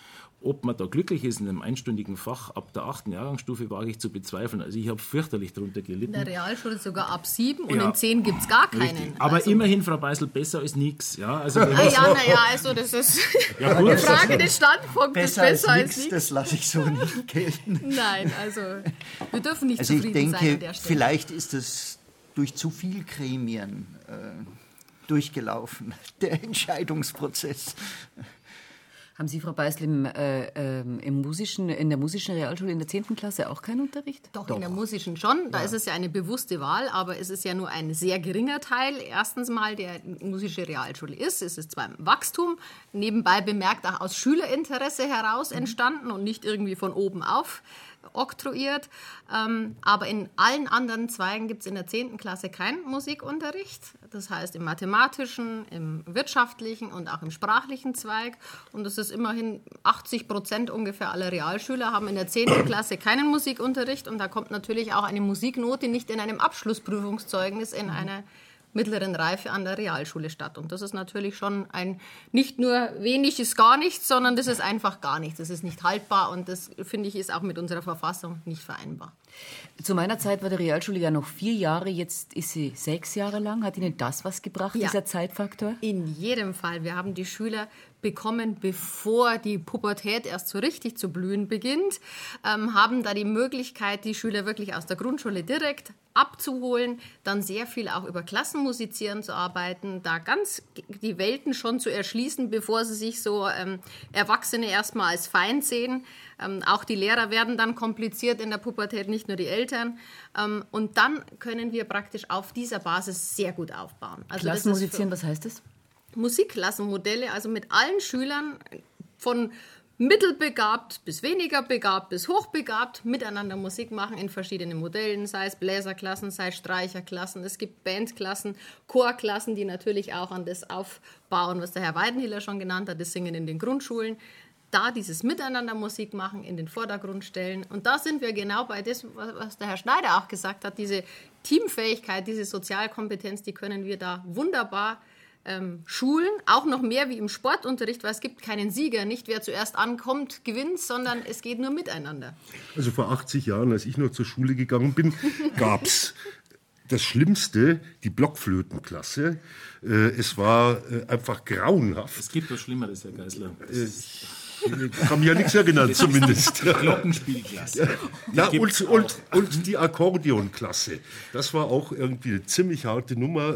ob man da glücklich ist in einem einstündigen Fach ab der achten Jahrgangsstufe, wage ich zu bezweifeln. Also ich habe fürchterlich darunter gelitten. In der Realschule sogar ab sieben und Ja. in zehn gibt es gar keinen. Richtig. Aber also, immerhin, Frau Beisel, besser als nichts. Ja, also ah, ja, naja, also das ist Ja, gut. eine Frage des Standpunktes. Besser, Besser als als nichts, nichts. das lasse ich so nicht gelten. Nein, also wir dürfen nicht Also ich zufrieden sein an denke, der Stelle. vielleicht ist es durch zu viel Gremien äh, durchgelaufen, der Entscheidungsprozess. Haben Sie, Frau Beisel, im, äh, ähm, im musischen, in der musischen Realschule in der zehnten Klasse auch keinen Unterricht? Doch, in der musischen schon. Da Ja. ist es ja eine bewusste Wahl, aber es ist ja nur ein sehr geringer Teil. Erstens mal, der musische Realschule ist. Es ist zwar im Wachstum, nebenbei bemerkt auch aus Schülerinteresse heraus entstanden und nicht irgendwie von oben auf oktroyiert. Ähm, aber in allen anderen Zweigen gibt es in der zehnten Klasse keinen Musikunterricht. Das heißt im mathematischen, im wirtschaftlichen und auch im sprachlichen Zweig. Und das ist immerhin achtzig Prozent ungefähr aller Realschüler haben in der zehnten Klasse keinen Musikunterricht. Und da kommt natürlich auch eine Musiknote nicht in einem Abschlussprüfungszeugnis in einer mittleren Reife an der Realschule statt. Und das ist natürlich schon ein, nicht nur wenig ist gar nichts, sondern das ist einfach gar nichts. Das ist nicht haltbar und das, finde ich, ist auch mit unserer Verfassung nicht vereinbar. Zu meiner Zeit war die Realschule ja noch vier Jahre, jetzt ist sie sechs Jahre lang. Hat Ihnen das was gebracht, Ja. dieser Zeitfaktor? In jedem Fall. Wir haben die Schüler bekommen, bevor die Pubertät erst so richtig zu blühen beginnt, ähm, haben da die Möglichkeit, die Schüler wirklich aus der Grundschule direkt abzuholen, dann sehr viel auch über Klassenmusizieren zu arbeiten, da ganz die Welten schon zu erschließen, bevor sie sich so ähm, Erwachsene erstmal als Feind sehen. Ähm, auch die Lehrer werden dann kompliziert in der Pubertät, nicht nur die Eltern. Ähm, und dann können wir praktisch auf dieser Basis sehr gut aufbauen. Also das ist Klassenmusizieren, für- was heißt das? Musikklassenmodelle, also mit allen Schülern von mittelbegabt bis weniger begabt bis hochbegabt miteinander Musik machen in verschiedenen Modellen, sei es Bläserklassen, sei es Streicherklassen, es gibt Bandklassen, Chorklassen, die natürlich auch an das aufbauen, was der Herr Weidenhiller schon genannt hat, das Singen in den Grundschulen. Da dieses Miteinander Musik machen in den Vordergrund stellen. Und da sind wir genau bei dem, was der Herr Schneider auch gesagt hat, diese Teamfähigkeit, diese Sozialkompetenz, die können wir da wunderbar Ähm, Schulen, auch noch mehr wie im Sportunterricht, weil es gibt keinen Sieger, nicht wer zuerst ankommt, gewinnt, sondern es geht nur miteinander. Also vor achtzig Jahren, als ich noch zur Schule gegangen bin, gab es das Schlimmste, die Blockflötenklasse. Äh, es war äh, einfach grauenhaft. Es gibt was Schlimmeres, Herr Geisler. Äh, ich kann mich ja nichts erinnern, zumindest. Glockenspielklasse. Ja, Die und, gibt's und, und die Akkordeonklasse. Das war auch irgendwie eine ziemlich harte Nummer.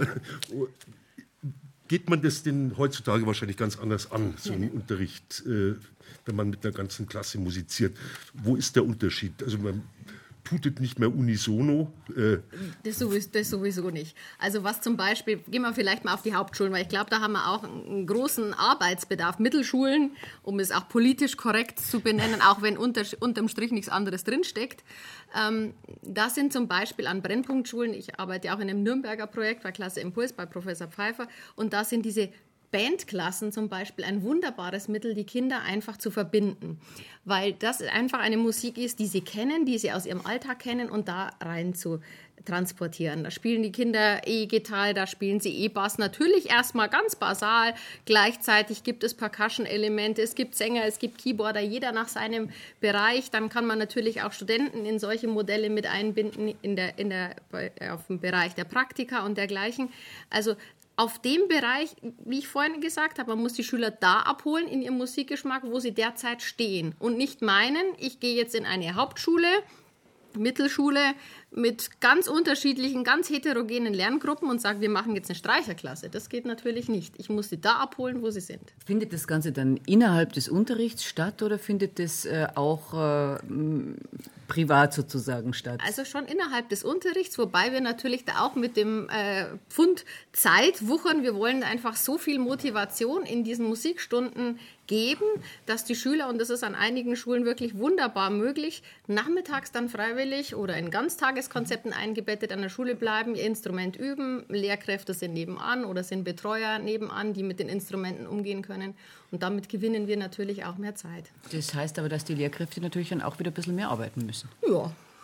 Geht man das denn heutzutage wahrscheinlich ganz anders an, so einen Unterricht, äh, wenn man mit einer ganzen Klasse musiziert? Wo ist der Unterschied? Also man tutet nicht mehr unisono. Äh, Das sowieso, das sowieso nicht. Also was zum Beispiel, gehen wir vielleicht mal auf die Hauptschulen, weil ich glaube, da haben wir auch einen großen Arbeitsbedarf. Mittelschulen, um es auch politisch korrekt zu benennen, auch wenn unter, unterm Strich nichts anderes drinsteckt. Ähm, das sind zum Beispiel an Brennpunktschulen, ich arbeite auch in einem Nürnberger Projekt bei Klasse Impuls bei Professor Pfeiffer, und da sind diese Bandklassen zum Beispiel ein wunderbares Mittel, die Kinder einfach zu verbinden, weil das einfach eine Musik ist, die sie kennen, die sie aus ihrem Alltag kennen und da rein zu transportieren. Da spielen die Kinder E-Gitarre, da spielen sie E-Bass, natürlich erstmal ganz basal, gleichzeitig gibt es Percussion-Elemente, es gibt Sänger, es gibt Keyboarder, jeder nach seinem Bereich, dann kann man natürlich auch Studenten in solche Modelle mit einbinden, in der, in der, auf dem Bereich der Praktika und dergleichen. Also auf dem Bereich, wie ich vorhin gesagt habe, man muss die Schüler da abholen in ihrem Musikgeschmack, wo sie derzeit stehen und nicht meinen, ich gehe jetzt in eine Hauptschule, Mittelschule mit ganz unterschiedlichen, ganz heterogenen Lerngruppen und sage, wir machen jetzt eine Streicherklasse. Das geht natürlich nicht. Ich muss sie da abholen, wo sie sind. Findet das Ganze dann innerhalb des Unterrichts statt oder findet das äh, auch äh, m, privat sozusagen statt? Also schon innerhalb des Unterrichts, wobei wir natürlich da auch mit dem äh, Pfund Zeit wuchern. Wir wollen einfach so viel Motivation in diesen Musikstunden geben, dass die Schüler, und das ist an einigen Schulen wirklich wunderbar möglich, nachmittags dann freiwillig oder in Ganztageskonzepten eingebettet an der Schule bleiben, ihr Instrument üben. Lehrkräfte sind nebenan oder sind Betreuer nebenan, die mit den Instrumenten umgehen können. Und damit gewinnen wir natürlich auch mehr Zeit. Das heißt aber, dass die Lehrkräfte natürlich dann auch wieder ein bisschen mehr arbeiten müssen. Ja,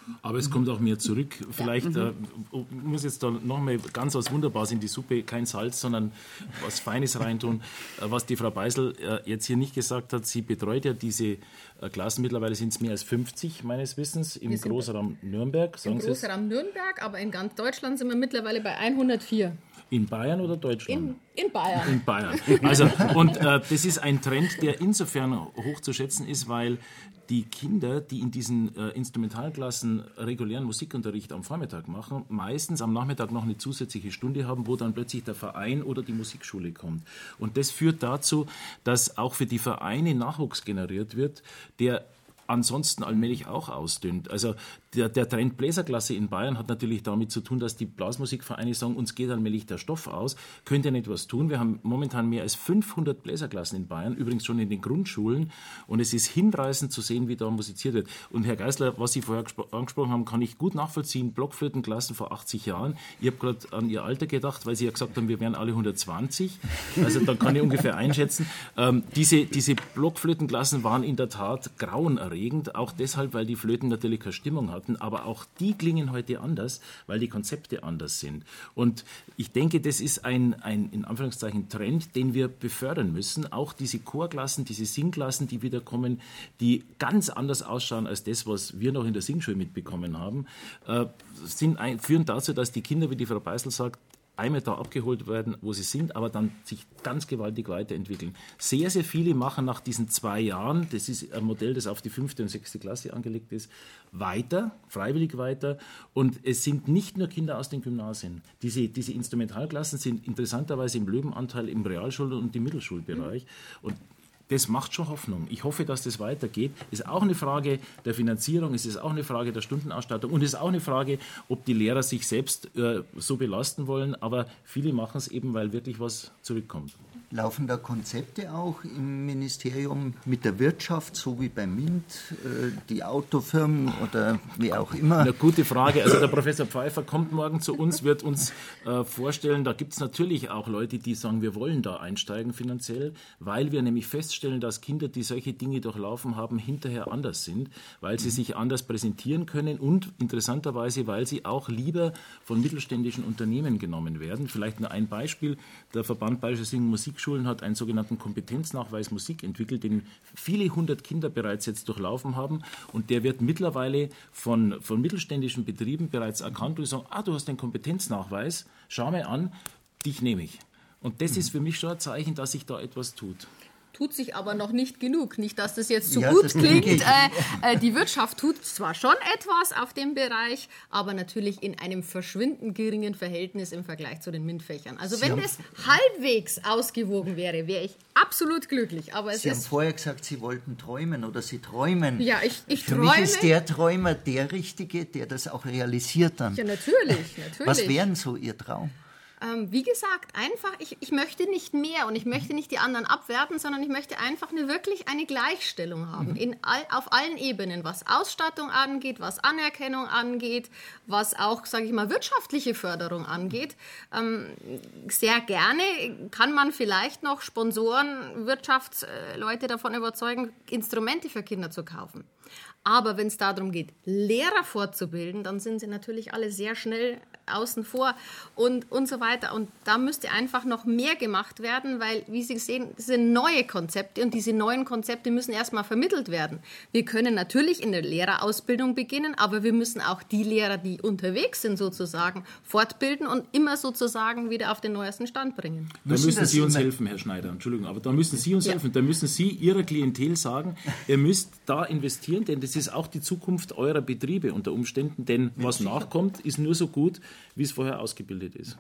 Aber es kommt auch mehr zurück. Vielleicht Ja. äh, muss jetzt da nochmal ganz was Wunderbares in die Suppe, kein Salz, sondern was Feines reintun. Äh, was die Frau Beisel äh, jetzt hier nicht gesagt hat, sie betreut ja diese äh, Klassen, mittlerweile sind es mehr als fünfzig meines Wissens, im Wir sind Großraum Nürnberg. Im Sagen Sie es? Großraum Nürnberg, aber in ganz Deutschland sind wir mittlerweile bei hundertvier. In Bayern oder Deutschland? In, in Bayern. In Bayern. Also, und äh, das ist ein Trend, der insofern hoch zu schätzen ist, weil die Kinder, die in diesen äh, Instrumentalklassen regulären Musikunterricht am Vormittag machen, meistens am Nachmittag noch eine zusätzliche Stunde haben, wo dann plötzlich der Verein oder die Musikschule kommt. Und das führt dazu, dass auch für die Vereine Nachwuchs generiert wird, der ansonsten allmählich auch ausdünnt. Also der, der Trend Bläserklasse in Bayern hat natürlich damit zu tun, dass die Blasmusikvereine sagen, uns geht allmählich der Stoff aus, könnt ihr nicht was tun? Wir haben momentan mehr als fünfhundert Bläserklassen in Bayern, übrigens schon in den Grundschulen, und es ist hinreißend zu sehen, wie da musiziert wird. Und Herr Geisler, was Sie vorher angesprochen haben, kann ich gut nachvollziehen. Blockflötenklassen vor achtzig Jahren, ich habe gerade an Ihr Alter gedacht, weil Sie ja gesagt haben, wir wären alle hundertzwanzig, also dann kann ich ungefähr einschätzen. Ähm, diese, diese Blockflötenklassen waren in der Tat grauenerregend, auch deshalb, weil die Flöten natürlich keine Stimmung hatten, aber auch die klingen heute anders, weil die Konzepte anders sind. Und ich denke, das ist ein, ein in Anführungszeichen Trend, den wir befördern müssen. Auch diese Chorklassen, diese Singklassen, die wiederkommen, die ganz anders ausschauen als das, was wir noch in der Singschule mitbekommen haben, äh, sind ein, führen dazu, dass die Kinder, wie die Frau Beisel sagt, einmal da abgeholt werden, wo sie sind, aber dann sich ganz gewaltig weiterentwickeln. Sehr, sehr viele machen nach diesen zwei Jahren, das ist ein Modell, das auf die fünfte und sechste Klasse angelegt ist, weiter, freiwillig weiter. Und es sind nicht nur Kinder aus den Gymnasien. Diese, diese Instrumentalklassen sind interessanterweise im Löwenanteil im Realschul- und im Mittelschulbereich. Und das macht schon Hoffnung. Ich hoffe, dass das weitergeht. Es ist auch eine Frage der Finanzierung, es ist auch eine Frage der Stundenausstattung und es ist auch eine Frage, ob die Lehrer sich selbst äh, so belasten wollen. Aber viele machen es eben, weil wirklich was zurückkommt. Laufen da Konzepte auch im Ministerium mit der Wirtschaft, so wie beim MINT, äh, die Autofirmen oder wie auch immer? Eine gute Frage. Also der Professor Pfeiffer kommt morgen zu uns, wird uns äh, vorstellen, da gibt es natürlich auch Leute, die sagen, wir wollen da einsteigen finanziell, weil wir nämlich feststellen, dass Kinder, die solche Dinge durchlaufen haben, hinterher anders sind, weil sie sich anders präsentieren können und interessanterweise, weil sie auch lieber von mittelständischen Unternehmen genommen werden. Vielleicht nur ein Beispiel. Der Verband Bayerischer Sing- und Musikschulen hat einen sogenannten Kompetenznachweis Musik entwickelt, den viele hundert Kinder bereits jetzt durchlaufen haben. Und der wird mittlerweile von, von mittelständischen Betrieben bereits erkannt und sagen, ah, du hast den Kompetenznachweis, schau mal an, dich nehme ich. Und das ist für mich schon ein Zeichen, dass sich da etwas tut. Tut sich aber noch nicht genug. Nicht, dass das jetzt so Ja, gut das klingt. denke ich. Äh, äh, die Wirtschaft tut zwar schon etwas auf dem Bereich, aber natürlich in einem verschwindend geringen Verhältnis im Vergleich zu den MINT-Fächern. Also Sie wenn haben- es halbwegs ausgewogen wäre, wäre ich absolut glücklich. Aber es Sie haben ist vorher gesagt, Sie wollten träumen oder Sie träumen. Ja, ich- ich Für träume. mich ist der Träumer der Richtige, der das auch realisiert dann. ja natürlich, natürlich. Was wäre denn so Ihr Traum? Ähm, wie gesagt, einfach, ich, ich möchte nicht mehr und ich möchte nicht die anderen abwerten, sondern ich möchte einfach eine, wirklich eine Gleichstellung haben in all, auf allen Ebenen, was Ausstattung angeht, was Anerkennung angeht, was auch, sage ich mal, wirtschaftliche Förderung angeht. Ähm, sehr gerne kann man vielleicht noch Sponsoren, Wirtschaftsleute davon überzeugen, Instrumente für Kinder zu kaufen. Aber wenn es darum geht, Lehrer fortzubilden, dann sind sie natürlich alle sehr schnell außen vor und, und so weiter. Und da müsste einfach noch mehr gemacht werden, weil, wie Sie sehen, das sind neue Konzepte und diese neuen Konzepte müssen erstmal vermittelt werden. Wir können natürlich in der Lehrerausbildung beginnen, aber wir müssen auch die Lehrer, die unterwegs sind sozusagen, fortbilden und immer sozusagen wieder auf den neuesten Stand bringen. Da müssen, Müssen das Sie uns immer- helfen, Herr Schneider. Entschuldigung, aber da müssen Sie uns Ja. helfen. Da müssen Sie Ihrer Klientel sagen, ihr müsst da investieren, denn das ist auch die Zukunft eurer Betriebe unter Umständen. Denn was nachkommt, ist nur so gut, wie es vorher ausgebildet ist.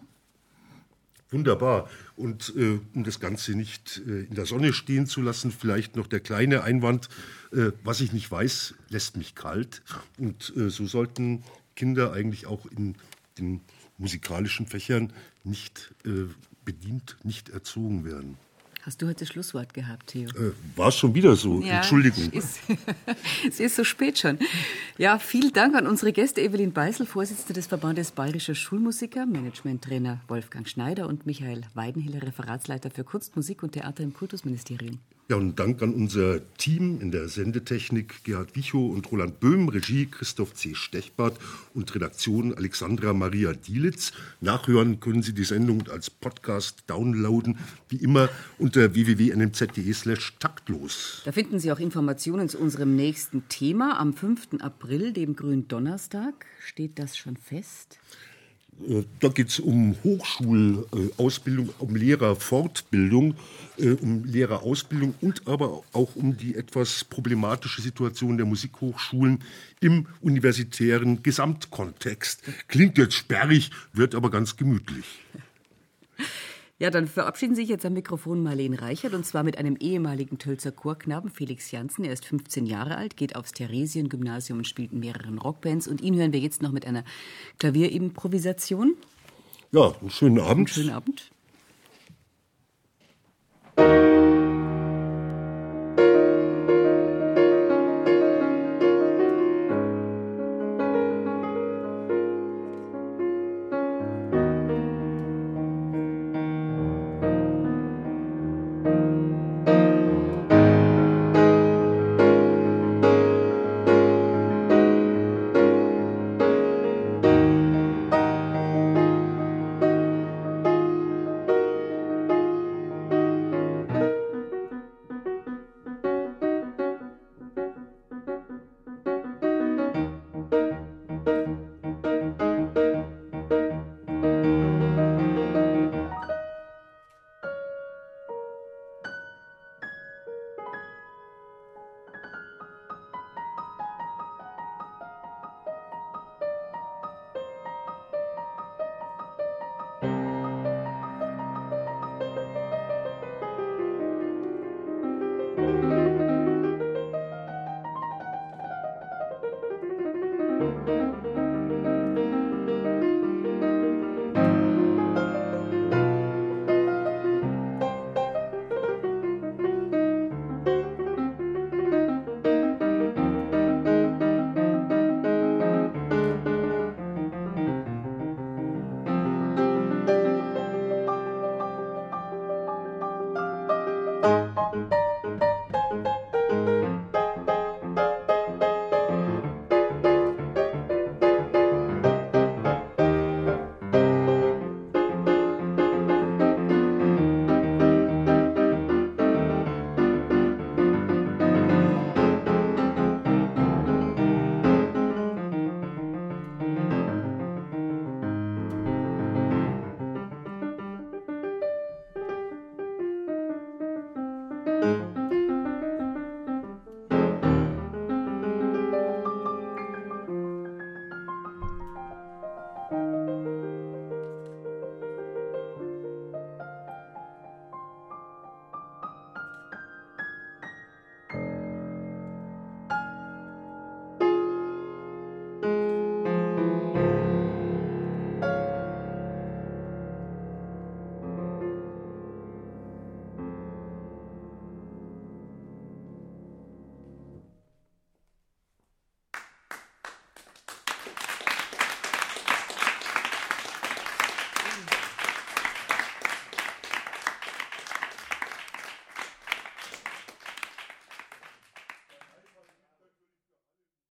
Wunderbar. Und äh, um das Ganze nicht äh, in der Sonne stehen zu lassen, vielleicht noch der kleine Einwand, äh, was ich nicht weiß, lässt mich kalt. Und äh, so sollten Kinder eigentlich auch in den musikalischen Fächern nicht äh, bedient, nicht erzogen werden. Hast du heute das Schlusswort gehabt, Theo? Äh, war es schon wieder so? Entschuldigung. Es ist, es ist so spät schon. Ja, vielen Dank an unsere Gäste Evelyn Beisel, Vorsitzende des Verbandes Bayerischer Schulmusiker, Managementtrainer Wolfgang Schneider und Michael Weidenhiller, Referatsleiter für Kunst, Musik und Theater im Kultusministerium. Ja, und Dank an unser Team in der Sendetechnik, Gerhard Wichow und Roland Böhm, Regie Christoph C. Stechbart und Redaktion Alexandra Maria Dielitz. Nachhören können Sie die Sendung als Podcast downloaden, wie immer unter w w w punkt n m z punkt d e slash taktlos. Da finden Sie auch Informationen zu unserem nächsten Thema. Am fünften April, dem Gründonnerstag, steht das schon fest? Da geht es um Hochschulausbildung, um Lehrerfortbildung, um Lehrerausbildung und aber auch um die etwas problematische Situation der Musikhochschulen im universitären Gesamtkontext. Klingt jetzt sperrig, wird aber ganz gemütlich. Ja, dann verabschieden sich jetzt am Mikrofon Marlene Reichert, und zwar mit einem ehemaligen Tölzer Chorknaben, Felix Janssen. Er ist fünfzehn Jahre alt, geht aufs Theresien-Gymnasium und spielt in mehreren Rockbands. Und ihn hören wir jetzt noch mit einer Klavierimprovisation. Ja, einen schönen Abend. Einen schönen Abend.